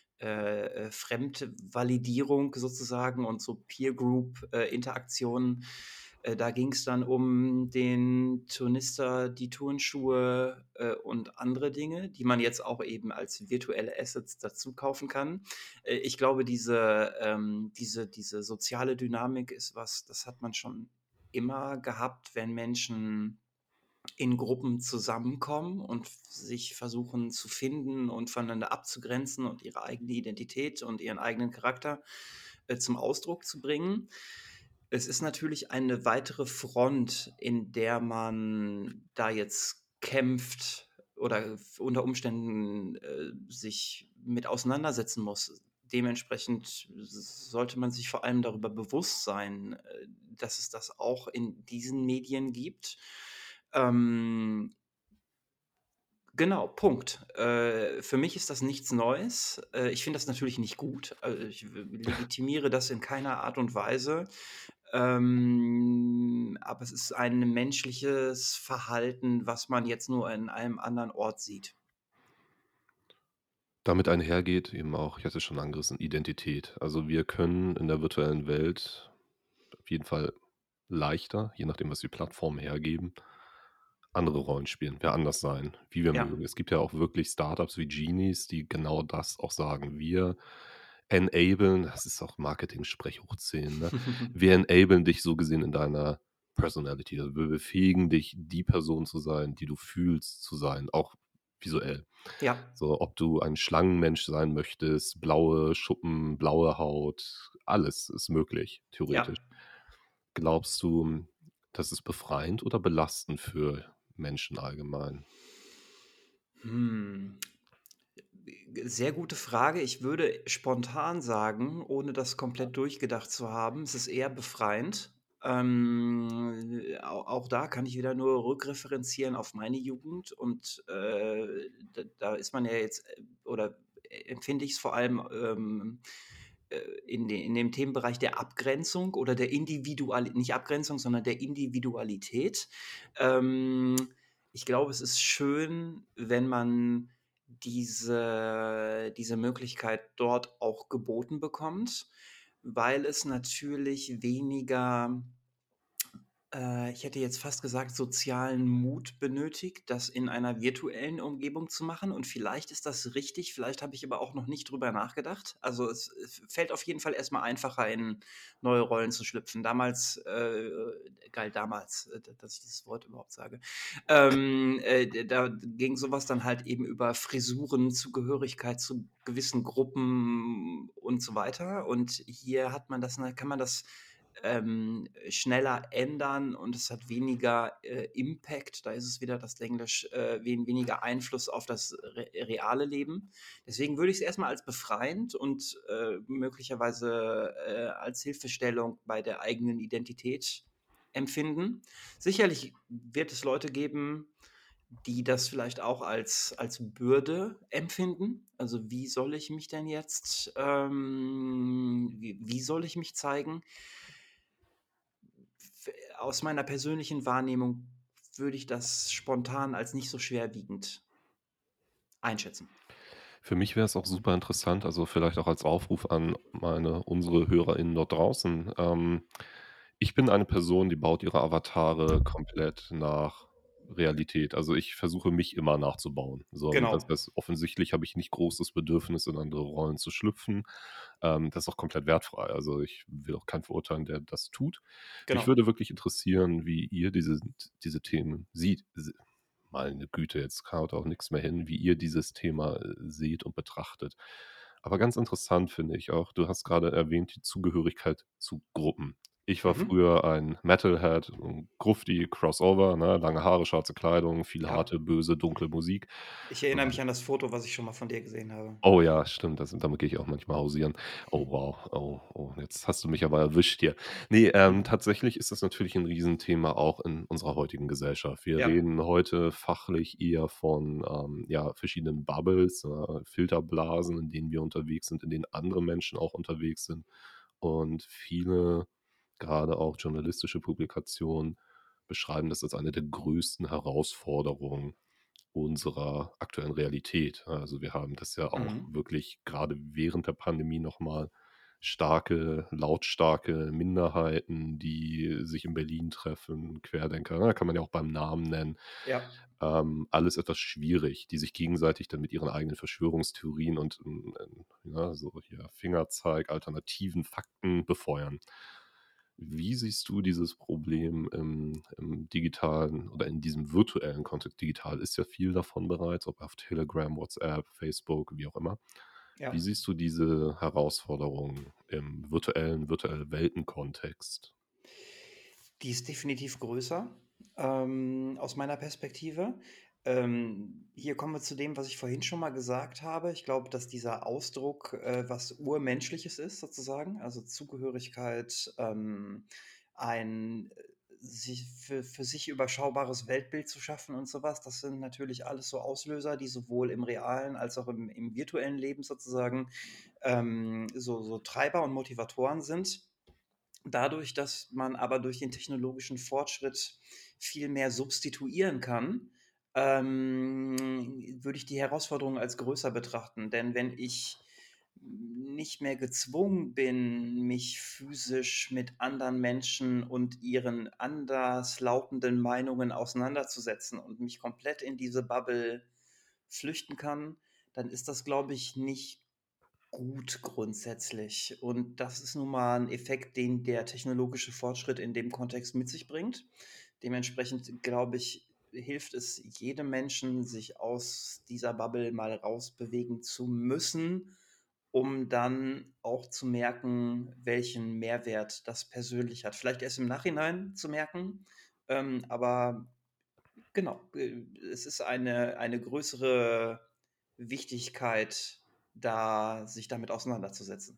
äh, äh, Fremdvalidierung sozusagen und so Peer Group, äh, Interaktionen. Äh, da ging's dann um den Turnister, die Turnschuhe, äh, und andere Dinge, die man jetzt auch eben als virtuelle Assets dazu kaufen kann. Äh, ich glaube, diese ähm, diese diese soziale Dynamik ist was, das hat man schon immer gehabt, wenn Menschen in Gruppen zusammenkommen und f sich versuchen zu finden und voneinander abzugrenzen und ihre eigene Identität und ihren eigenen Charakter, äh, zum Ausdruck zu bringen. Es ist natürlich eine weitere Front, in der man da jetzt kämpft oder f unter Umständen, äh, sich mit auseinandersetzen muss. Dementsprechend sollte man sich vor allem darüber bewusst sein, äh, dass es das auch in diesen Medien gibt. Ähm, genau, Punkt. Äh, für mich ist das nichts Neues. Äh, ich finde das natürlich nicht gut. Also, ich w legitimiere das in keiner Art und Weise. Ähm, aber es ist ein menschliches Verhalten, was man jetzt nur in einem anderen Ort sieht. Damit einhergeht eben auch, ich hatte es schon angerissen, Identität. Also, wir können in der virtuellen Welt auf jeden Fall leichter, je nachdem, was die Plattformen hergeben, andere Rollen spielen, wir anders sein, wie wir Ja. mögen. Es gibt ja auch wirklich Startups wie Genies, die genau das auch sagen. Wir enablen, das ist auch Marketing-Sprech hoch zehn, ne? Wir enablen dich so gesehen in deiner Personality. Also, wir befähigen dich, die Person zu sein, die du fühlst zu sein, auch visuell. Ja, So, ob du ein Schlangenmensch sein möchtest, blaue Schuppen, blaue Haut, alles ist möglich, theoretisch. ja. Glaubst du, das ist befreiend oder belastend für Menschen allgemein? Hm. Sehr gute Frage. Ich würde spontan sagen, ohne das komplett durchgedacht zu haben, es ist eher befreiend. Ähm, au auch da kann ich wieder nur rückreferenzieren auf meine Jugend und, äh, da da ist man ja jetzt, äh, oder e empfinde ich es vor allem, ähm, äh, in de in dem Themenbereich der Abgrenzung oder der Individual nicht Abgrenzung, sondern der Individualität. Ähm, ich glaube, es ist schön, wenn man diese diese Möglichkeit dort auch geboten bekommt, weil es natürlich weniger äh, ich hätte jetzt fast gesagt, sozialen Mut benötigt, das in einer virtuellen Umgebung zu machen. Und vielleicht ist das richtig, vielleicht habe ich aber auch noch nicht drüber nachgedacht. Also es, es fällt auf jeden Fall erstmal einfacher, in neue Rollen zu schlüpfen. Damals, äh, geil, damals, äh, dass ich dieses Wort überhaupt sage. Ähm, äh, da ging sowas dann halt eben über Frisuren, Zugehörigkeit zu gewissen Gruppen und so weiter. Und hier hat man das, kann man das ähm, schneller ändern und es hat weniger, äh, Impact. Da ist es wieder das Englisch, äh, wen weniger Einfluss auf das re reale Leben. Deswegen würde ich es erstmal als befreiend und, äh, möglicherweise, äh, als Hilfestellung bei der eigenen Identität empfinden. Sicherlich wird es Leute geben, die das vielleicht auch als als Bürde empfinden. Also, wie soll ich mich denn jetzt ähm, wie wie soll ich mich zeigen? aus meiner persönlichen Wahrnehmung würde ich das spontan als nicht so schwerwiegend einschätzen. Für mich wäre es auch super interessant, also vielleicht auch als Aufruf an meine unsere HörerInnen dort draußen. Ähm, ich bin eine Person, die baut ihre Avatare komplett nach Realität. Also, ich versuche mich immer nachzubauen. So, und das Genau, das offensichtlich habe ich nicht groß das Bedürfnis, in andere Rollen zu schlüpfen. Ähm, das ist auch komplett wertfrei. Also, ich will auch keinen verurteilen, der das tut. Mich genau. würde wirklich interessieren, wie ihr diese diese Themen sieht meine Güte, jetzt haut auch nix mehr hin, wie ihr dieses Thema, äh, seht und betrachtet. Aber ganz interessant finde ich auch, du hast grade erwähnt, die Zugehörigkeit zu Gruppen. Ich war Mhm. früher ein Metalhead, 'n Grufti, Crossover, ne, lange Haare, schwarze Kleidung, viel Ja, harte, böse, dunkle Musik. ich erinnere mich an das Foto, was ich schon mal von dir gesehen habe. Oh ja, stimmt, das damit gehe ich auch manchmal hausieren. Oh wow, oh, oh, jetzt hast du mich aber erwischt hier. Ne, ähm, Mhm. tatsächlich ist das natürlich 'n Riesenthema auch in unserer heutigen Gesellschaft. Wir Ja. reden heute fachlich eher von, ähm, ja, verschiedenen Bubbles, äh, Filterblasen, in denen wir unterwegs sind, in denen andere Menschen auch unterwegs sind. Und viele, grade auch journalistische Publikationen, beschreiben das als eine der größten Herausforderungen unserer aktuellen Realität. Also, wir haben das ja auch Mhm. wirklich grade während der Pandemie noch mal starke, lautstarke Minderheiten, die sich in Berlin treffen, Querdenker, ne, kann man ja auch beim Namen nennen. Ja. Ähm, alles etwas schwierig, die sich gegenseitig dann mit ihren eigenen Verschwörungstheorien und, hm, ähm, ja, so hier Fingerzeig, alternativen Fakten befeuern. Wie siehst du dieses Problem im im digitalen oder in diesem virtuellen Kontext? Digital ist ja viel davon bereits, ob auf Telegram, WhatsApp, Facebook, wie auch immer. Wie Ja. siehst du diese Herausforderung im virtuellen virtuelle Welten-Kontext? Die ist definitiv größer, ähm, aus meiner Perspektive. Ähm, hier kommen wir zu dem, was ich vorhin schon mal gesagt habe. Ich glaube, dass dieser Ausdruck, äh, was Urmenschliches ist sozusagen, also Zugehörigkeit, ähm, ein, äh, sich für für sich überschaubares Weltbild zu schaffen und so was. Das sind natürlich alles so Auslöser, die sowohl im realen als auch im im virtuellen Leben sozusagen, ähm, so so Treiber und Motivatoren sind. Dadurch, dass man aber durch den technologischen Fortschritt viel mehr substituieren kann, ähm, würde ich die Herausforderung als größer betrachten. Denn wenn ich nicht mehr gezwungen bin, mich physisch mit anderen Menschen und ihren anderslautenden Meinungen auseinanderzusetzen und mich komplett in diese Bubble flüchten kann, dann ist das, glaube ich, nicht gut grundsätzlich. Und das ist nun mal 'n Effekt, den der technologische Fortschritt in dem Kontext mit sich bringt. Dementsprechend, glaube ich, hilft es jedem Menschen, sich aus dieser Bubble mal rausbewegen zu müssen, um dann auch zu merken, welchen Mehrwert das persönlich hat. Vielleicht erst im Nachhinein zu merken, ähm, aber genau, äh, es ist eine eine größere Wichtigkeit, da sich damit auseinanderzusetzen.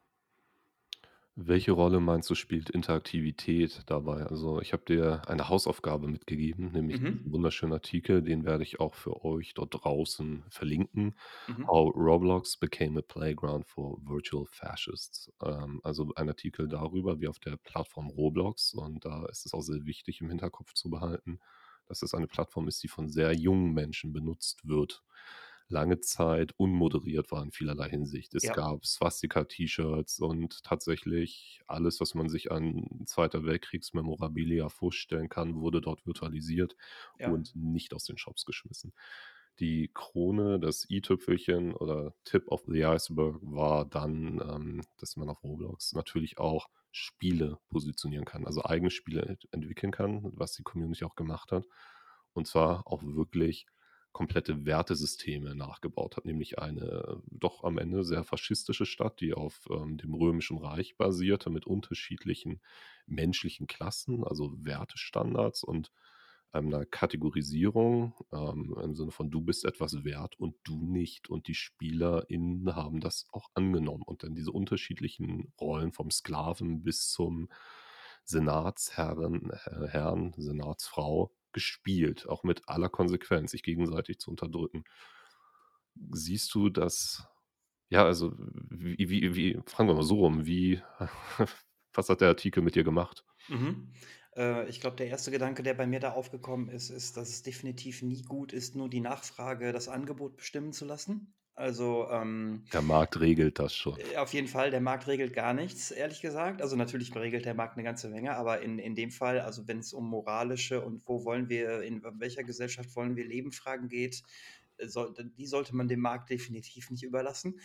Welche Rolle meinst du, spielt Interaktivität dabei? Also, ich habe dir eine Hausaufgabe mitgegeben, nämlich diesen Mhm. wunderschönen Artikel, den werde ich auch für euch dort draußen verlinken. Mhm. „How Roblox became a playground for virtual fascists." Ähm, also ein Artikel darüber, wie auf der Plattform Roblox und da ist es auch sehr wichtig, im Hinterkopf zu behalten, dass es eine Plattform ist, die von sehr jungen Menschen benutzt wird. Lange Zeit unmoderiert war in vielerlei Hinsicht. Es Ja, gab Swastika-T-Shirts und tatsächlich alles, was man sich an Zweiter Weltkriegs-Memorabilia vorstellen kann, wurde dort virtualisiert ja, und nicht aus den Shops geschmissen. Die Krone, das i-Tüpfelchen oder Tip of the Iceberg war dann, ähm, dass man auf Roblox natürlich auch Spiele positionieren kann, also eigene Spiele ent entwickeln kann, was die Community auch gemacht hat. Und zwar auch wirklich komplette Wertesysteme nachgebaut hat, nämlich eine doch am Ende sehr faschistische Stadt, die auf, ähm, dem Römischen Reich basierte mit unterschiedlichen menschlichen Klassen, also Wertestandards und einer Kategorisierung, ähm, im Sinne von: „Du bist etwas wert und du nicht." Und die SpielerInnen haben das auch angenommen und dann diese unterschiedlichen Rollen vom Sklaven bis zum Senatsherren äh, Herrn, Senatsfrau gespielt, auch mit aller Konsequenz, sich gegenseitig zu unterdrücken. Siehst du das ja, also, wie wie wie fragen wir mal so rum, wie was hat der Artikel mit dir gemacht? mhm. Äh, ich glaube, der erste Gedanke, der bei mir da aufgekommen ist, ist, dass es definitiv nie gut ist, nur die Nachfrage das Angebot bestimmen zu lassen. Also, ähm Der Markt regelt das schon. Äh, auf jeden Fall, der Markt regelt gar nichts, ehrlich gesagt. Also, natürlich regelt der Markt eine ganze Menge, aber in in dem Fall, also, wenn es um moralische und wo wollen wir in welcher Gesellschaft wollen wir leben, Fragen geht, äh, sollte die sollte man dem Markt definitiv nicht überlassen.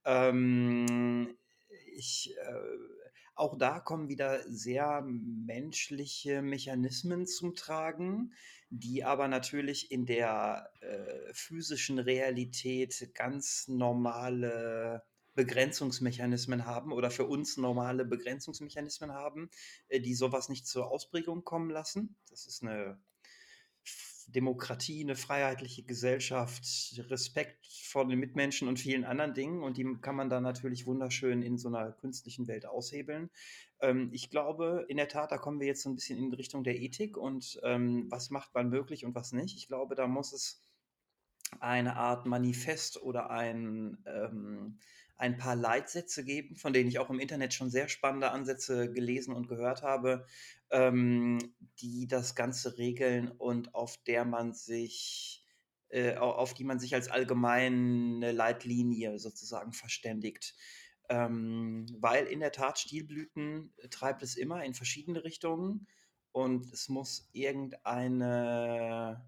Ähm, ich, äh Auch da kommen wieder sehr menschliche Mechanismen zum Tragen, die aber natürlich in der, äh, physischen Realität ganz normale Begrenzungsmechanismen haben oder für uns normale Begrenzungsmechanismen haben, äh, die sowas nicht zur Ausprägung kommen lassen. Das ist eine F Demokratie, eine freiheitliche Gesellschaft, Respekt vor den Mitmenschen und vielen anderen Dingen und die kann man dann natürlich wunderschön in so einer künstlichen Welt aushebeln. Ähm, ich glaube, in der Tat, da kommen wir jetzt so ein bisschen in Richtung der Ethik und, ähm, was macht man möglich und was nicht. Ich glaube, da muss es eine Art Manifest oder ein, ähm, ein paar Leitsätze geben, von denen ich auch im Internet schon sehr spannende Ansätze gelesen und gehört habe, ähm, die das Ganze regeln und auf der man sich äh, au auf die man sich als allgemeine Leitlinie sozusagen verständigt. Ähm, weil in der Tat Stilblüten äh, treibt es immer in verschiedene Richtungen und es muss irgendeine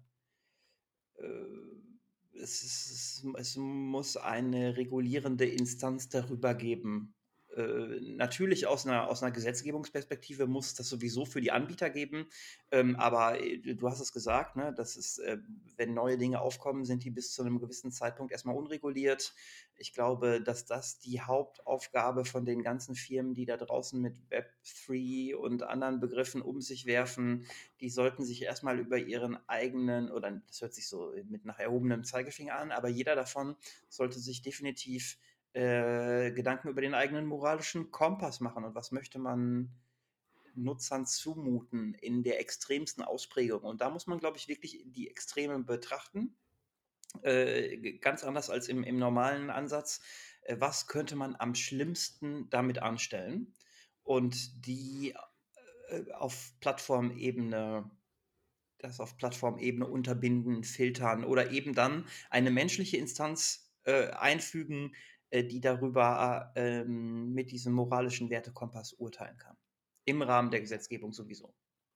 äh, es ist es muss eine regulierende Instanz darüber geben. Äh, natürlich aus einer aus 'ner Gesetzgebungsperspektive muss es das sowieso für die Anbieter geben, ähm, aber, äh, du hast es gesagt, ne, das ist, äh wenn neue Dinge aufkommen, sind die bis zu einem gewissen Zeitpunkt erstmal unreguliert. Ich glaube, dass das die Hauptaufgabe von den ganzen Firmen, die da draußen mit Web drei und anderen Begriffen um sich werfen, die sollten sich erstmal über ihren eigenen oder das hört sich so mit nach erhobenem Zeigefinger an, aber jeder davon sollte sich definitiv, äh, Gedanken über den eigenen moralischen Kompass machen und was möchte man Nutzern zumuten in der extremsten Ausprägung. Und da muss man, glaube ich, wirklich die Extreme betrachten, äh, g ganz anders als im im normalen Ansatz. Äh, was könnte man am schlimmsten damit anstellen? Und die, äh, auf Plattformebene das auf Plattformebene unterbinden, filtern oder eben dann eine menschliche Instanz, äh, einfügen, äh, die darüber, ähm, mit diesem moralischen Wertekompass urteilen kann. Im Rahmen der Gesetzgebung sowieso.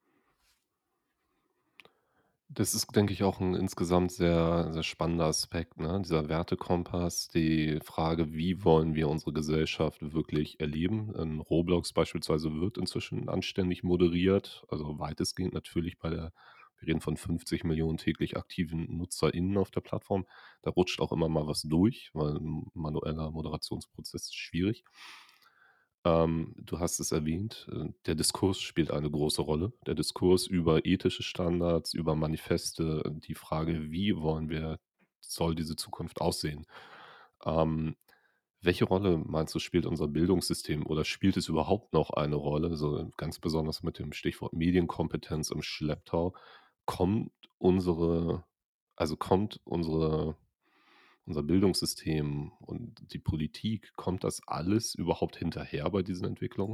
Das ist, denke ich, auch 'n insgesamt sehr, sehr spannender Aspekt, ne? Dieser Wertekompass, die Frage: „Wie wollen wir unsere Gesellschaft wirklich erleben?“ In Roblox beispielsweise wird inzwischen anständig moderiert, also weitestgehend natürlich bei der wir reden von fünfzig Millionen täglich aktiven NutzerInnen auf der Plattform. Da rutscht auch immer mal was durch, weil 'n manueller Moderationsprozess ist schwierig. Ähm, du hast es erwähnt, äh, der Diskurs spielt eine große Rolle. Der Diskurs über ethische Standards, über Manifeste, die Frage: „Wie wollen wir soll diese Zukunft aussehen?“ Ähm, welche Rolle meinst du, spielt unser Bildungssystem oder spielt es überhaupt noch eine Rolle, so ganz besonders mit dem Stichwort Medienkompetenz im Schlepptau? Kommt unsere also, kommt unsere unser Bildungssystem und die Politik, kommt das alles überhaupt hinterher bei diesen Entwicklungen?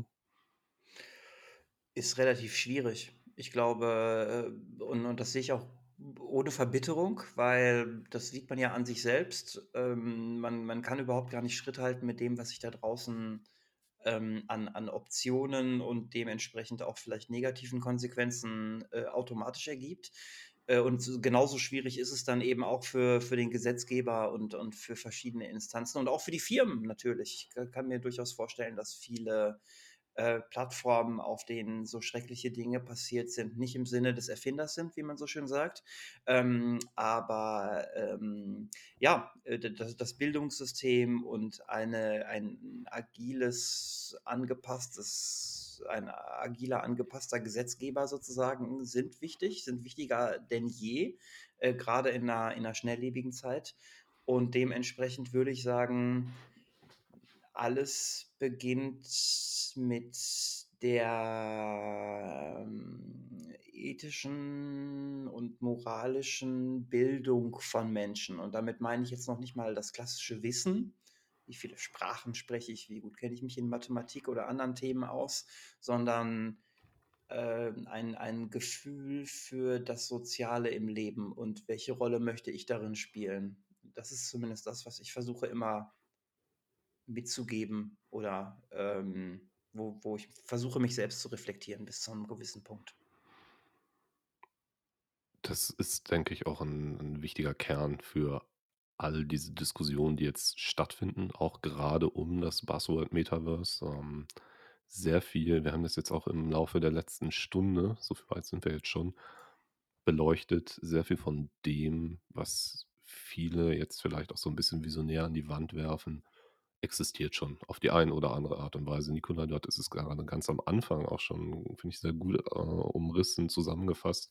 Ist relativ schwierig. Ich glaube, äh, und und das sehe ich auch ohne Verbitterung, weil das sieht man ja an sich selbst. Ähm, man man kann überhaupt gar nicht Schritt halten mit dem, was sich da draußen, ähm, an an Optionen und dementsprechend auch vielleicht negativen Konsequenzen, äh, automatisch ergibt. Äh, und s genauso schwierig ist es dann eben auch für für den Gesetzgeber und und für verschiedene Instanzen und auch für die Firmen natürlich. Ich ka kann mir durchaus vorstellen, dass viele äh, Plattformen, auf denen so schreckliche Dinge passiert sind, nicht im Sinne des Erfinders sind, wie man so schön sagt. Ähm, aber ähm, ja, äh, d das das Bildungssystem und eine ein agiles, angepasstes ein agiler, angepasster Gesetzgeber sozusagen sind wichtig, sind wichtiger denn je, äh, grade in einer in 'ner schnelllebigen Zeit. Und dementsprechend würde ich sagen, alles beginnt mit der, ähm, ethischen und moralischen Bildung von Menschen. Und damit meine ich jetzt noch nicht mal das klassische Wissen. Wie viele Sprachen spreche ich? Wie gut kenne ich mich in Mathematik oder anderen Themen aus? Sondern ähm, ein ein Gefühl für das Soziale im Leben und welche Rolle möchte ich darin spielen. Das ist zumindest das, was ich versuche immer mitzugeben oder, ähm, wo wo ich versuche, mich selbst zu reflektieren bis zu 'nem gewissen Punkt. Das ist, denke ich, auch 'n 'n wichtiger Kern für all diese Diskussionen, die jetzt stattfinden, auch gerade um das Buzzword Metaverse. Ähm, sehr viel wir haben das jetzt auch im Laufe der letzten Stunde, so weit sind wir jetzt schon, beleuchtet. Sehr viel von dem, was viele jetzt vielleicht auch so 'n bisschen visionär an die Wand werfen, existiert schon auf die eine oder andere Art und Weise. Nikolai, du hattest es gerade ganz am Anfang auch schon, finde ich, sehr gut, äh, umrissen, zusammengefasst.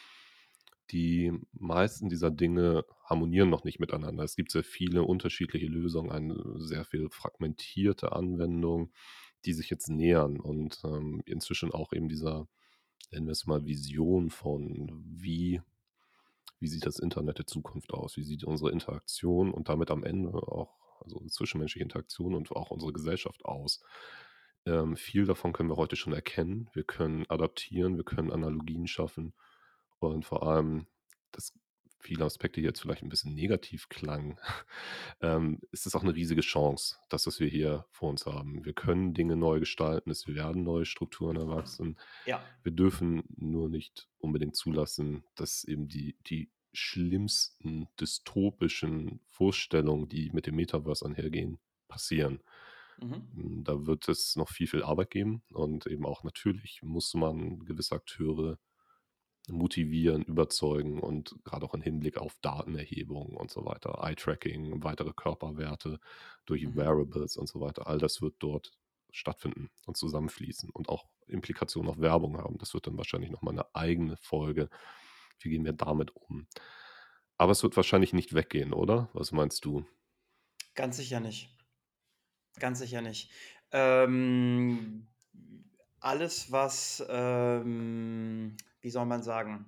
Die meisten dieser Dinge harmonieren noch nicht miteinander. Es gibt sehr viele unterschiedliche Lösungen, eine sehr viel fragmentierte Anwendung, die sich jetzt nähern und, ähm, inzwischen auch eben dieser, nennen wir es mal, Vision von wie wie sieht das Internet der Zukunft aus? Wie sieht unsere Interaktion und damit am Ende auch also zwischenmenschliche Interaktion und auch unsere Gesellschaft aus? Ähm, viel davon können wir heute schon erkennen. Wir können adaptieren, wir können Analogien schaffen und vor allem, dass viele Aspekte jetzt vielleicht 'n bisschen negativ klangen, ähm, ist es auch 'ne riesige Chance, das, was wir hier vor uns haben. Wir können Dinge neu gestalten, es werden neue Strukturen erwachsen. Ja. Wir dürfen nur nicht unbedingt zulassen, dass eben die die schlimmsten dystopischen Vorstellungen, die mit dem Metaverse einhergehen, passieren. Mhm. Hm, da wird es noch viel, viel Arbeit geben und eben auch natürlich muss man gewisse Akteure motivieren, überzeugen und grade auch in Hinblick auf Datenerhebung und so weiter, Eye-Tracking, weitere Körperwerte durch Mhm. Wearables und so weiter. All das wird dort stattfinden und zusammenfließen und auch Implikationen auf Werbung haben. Das wird dann wahrscheinlich noch mal 'ne eigene Folge. Wie gehen wir damit um? Aber es wird wahrscheinlich nicht weggehen, oder? Was meinst du? Ganz sicher nicht. Ganz sicher nicht. Ähm, alles, was, ähm, wie soll man sagen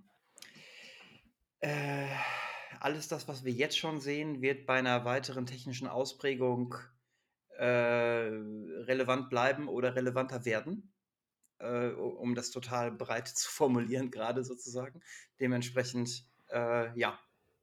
äh, alles das, was wir jetzt schon sehen, wird bei 'ner weiteren technischen Ausprägung, äh, relevant bleiben oder relevanter werden, äh, u um das total breit zu formulieren grade sozusagen. Dementsprechend, äh, ja.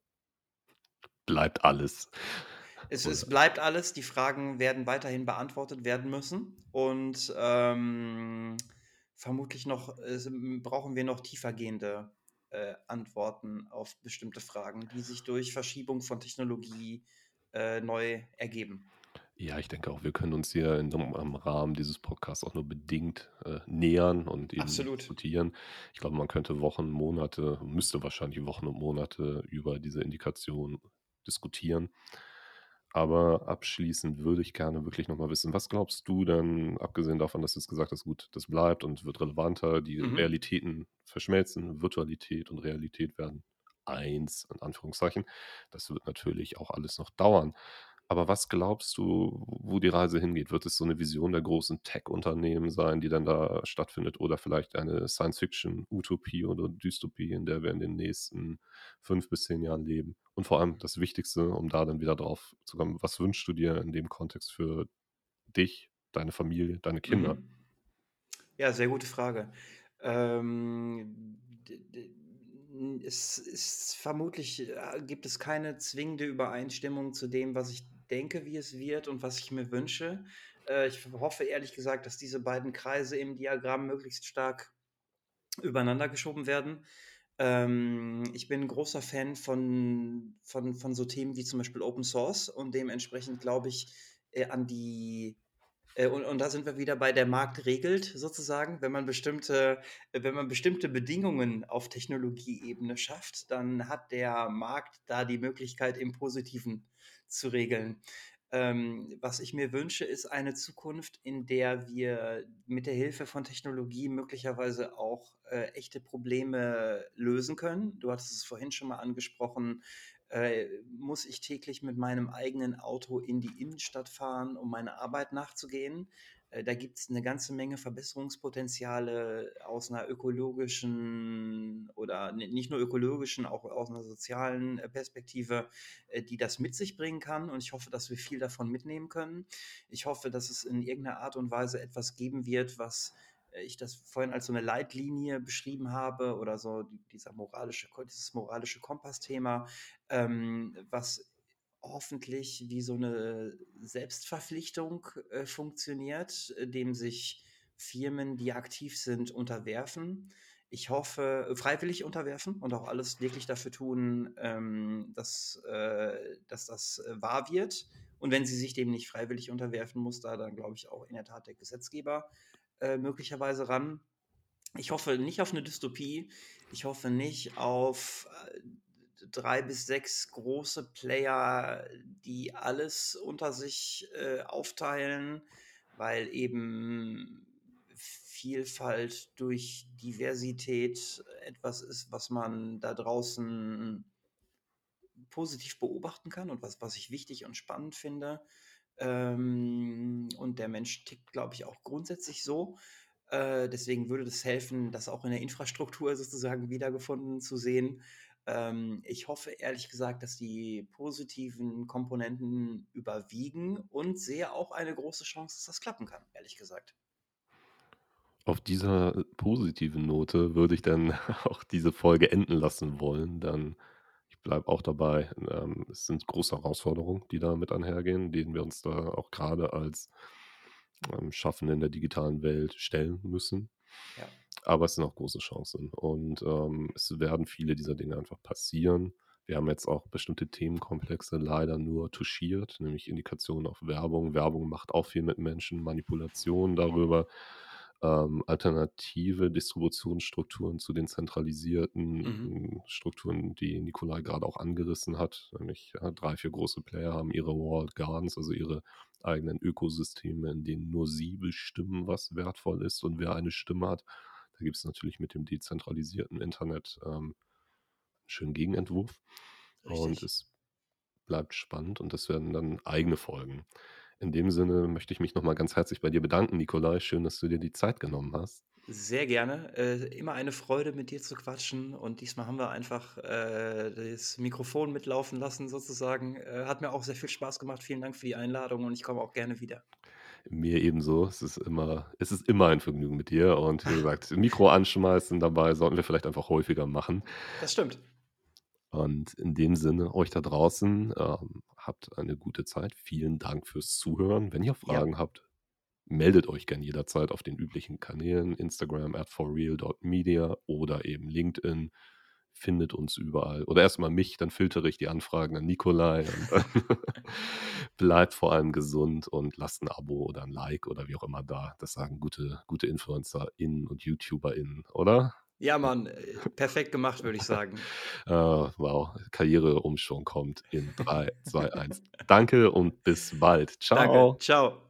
Bleibt alles, Es es oder? bleibt alles. Die Fragen werden weiterhin beantwortet werden müssen und, ähm, vermutlich noch es hm, brauchen wir noch tiefergehende, äh, Antworten auf bestimmte Fragen, die sich durch Verschiebung von Technologie, äh, neu ergeben. Ja, ich denke auch, wir können uns hier in so 'nem am Rahmen dieses Podcasts auch nur bedingt, äh, nähern und eben Absolut. diskutieren. Ich glaube, man könnte Wochen, Monate müsste wahrscheinlich Wochen und Monate über diese Indikation diskutieren. Aber abschließend würde ich gerne wirklich noch mal wissen, was glaubst du denn, abgesehen davon, dass du jetzt gesagt hast: „Gut, das bleibt und wird relevanter, die Mhm. Realitäten verschmelzen, Virtualität und Realität werden eins“, in Anführungszeichen. Das wird natürlich auch alles noch dauern. Aber was glaubst du, wo die Reise hingeht? Wird es so 'ne Vision der großen Tech-Unternehmen sein, die dann da stattfindet oder vielleicht eine Science-Fiction-Utopie oder Dystopie, in der wir in den nächsten fünf bis zehn Jahren leben? Und vor allem das Wichtigste, um da dann wieder drauf zu kommen, was wünschst du dir in dem Kontext für dich, deine Familie, deine Kinder? Mhm. Ja, sehr gute Frage. Ähm, d d hm, es ist vermutlich, äh, gibt es keine zwingende Übereinstimmung zu dem, was ich denke, wie es wird und was ich mir wünsche. Äh, ich hoffe ehrlich gesagt, dass diese beiden Kreise im Diagramm möglichst stark übereinander geschoben werden. Ähm, ich bin 'n großer Fan von von von so Themen wie zum Beispiel Open Source und dementsprechend glaube ich, äh, an die äh, und und da sind wir wieder bei der Markt regelt sozusagen. Wenn man bestimmte wenn man bestimmte Bedingungen auf Technologieebene schafft, dann hat der Markt da die Möglichkeit, im Positiven zu regeln. Ähm, was ich mir wünsche, ist eine Zukunft, in der wir mit der Hilfe von Technologie möglicherweise auch, äh, echte Probleme lösen können. Du hattest es vorhin schon mal angesprochen, äh, muss ich täglich mit meinem eigenen Auto in die Innenstadt fahren, um meiner Arbeit nachzugehen? Äh, da gibt's 'ne ganze Menge Verbesserungspotenziale aus 'ner ökologischen oder ni nicht nur ökologischen, auch aus 'ner sozialen, äh, Perspektive, äh, die das mit sich bringen kann und ich hoffe, dass wir viel davon mitnehmen können. Ich hoffe, dass es in irgend 'ner Art und Weise etwas geben wird, was, ich das vorhin als so eine Leitlinie beschrieben habe oder so die dieser moralische Ko dieses moralische Kompassthema, ähm, was hoffentlich wie so eine Selbstverpflichtung, äh, funktioniert, äh, dem sich Firmen, die aktiv sind, unterwerfen. Ich hoffe äh, freiwillig unterwerfen und auch alles wirklich dafür tun, ähm, dass äh, dass das, äh, wahr wird. Und wenn sie sich dem nicht freiwillig unterwerfen, muss da dann, glaube ich, auch in der Tat der Gesetzgeber, äh, möglicherweise ran. Ich hoffe nicht auf eine Dystopie. Ich hoffe nicht auf, äh, drei bis sechs große Player, die alles unter sich, äh, aufteilen, weil eben Vielfalt durch Diversität etwas ist, was man da draußen positiv beobachten kann und was was ich wichtig und spannend finde. Ähm, und der Mensch tickt, glaube ich, auch grundsätzlich so. Äh, deswegen würde das helfen, das auch in der Infrastruktur sozusagen wiedergefunden zu sehen. Ähm, ich hoffe ehrlich gesagt, dass die positiven Komponenten überwiegen und sehe auch eine große Chance, dass das klappen kann, ehrlich gesagt. Auf dieser, äh, positiven Note würde ich dann auch diese Folge enden lassen wollen, dann ich bleibe auch dabei, ähm, es sind große Herausforderungen, die damit einhergehen, denen wir uns da auch gerade als, ähm, Schaffende in der digitalen Welt stellen müssen. Ja. Aber es sind auch große Chancen und, ähm, es werden viele dieser Dinge einfach passieren. Wir haben jetzt auch bestimmte Themenkomplexe leider nur touchiert, nämlich Indikationen auf Werbung. Werbung macht auch viel mit Menschen, Manipulation darüber, ähm, alternative Distributionsstrukturen zu den zentralisierten, Mhm. hm, Strukturen, die Nikolai gerade auch angerissen hat. Nämlich, ja, drei, vier große Player haben ihre Walled Gardens, also ihre eigenen Ökosysteme, in denen nur sie bestimmen, was wertvoll ist und wer eine Stimme hat. Da gibt es natürlich mit dem dezentralisierten Internet, ähm, 'n schönen Gegenentwurf und Richtig. es bleibt spannend und das werden dann eigene Folgen. In dem Sinne möchte ich mich noch mal ganz herzlich bei dir bedanken, Nikolai. Schön, dass du dir die Zeit genommen hast. Sehr gerne. Äh, immer eine Freude, mit dir zu quatschen und diesmal haben wir einfach, äh, das Mikrofon mitlaufen lassen sozusagen. Äh, hat mir auch sehr viel Spaß gemacht. Vielen Dank für die Einladung und ich komme auch gerne wieder. Mir ebenso. Es ist immer es ist immer ein Vergnügen mit dir und wie gesagt, Mikro anschmeißen dabei sollten wir vielleicht einfach häufiger machen. Das stimmt. Und in dem Sinne, euch da draußen, ähm, habt eine gute Zeit. Vielen Dank fürs Zuhören. Wenn ihr Ja, Fragen habt, meldet euch gern jederzeit auf den üblichen Kanälen, Instagram at forreal Punkt media oder eben LinkedIn. Findet uns überall. Oder erst mal mich, dann filtere ich die Anfragen an Nikolai und dann bleibt vor allem gesund und lasst 'n Abo oder 'n Like oder wie auch immer da. Das sagen gute gute InfluencerInnen und YouTuberInnen, oder? ja, Mann, äh, perfekt gemacht, würde ich sagen. Äh, wow, Karriereumschwung kommt in drei, zwei, eins. Danke und bis bald. Danke. Ciao. Ciao.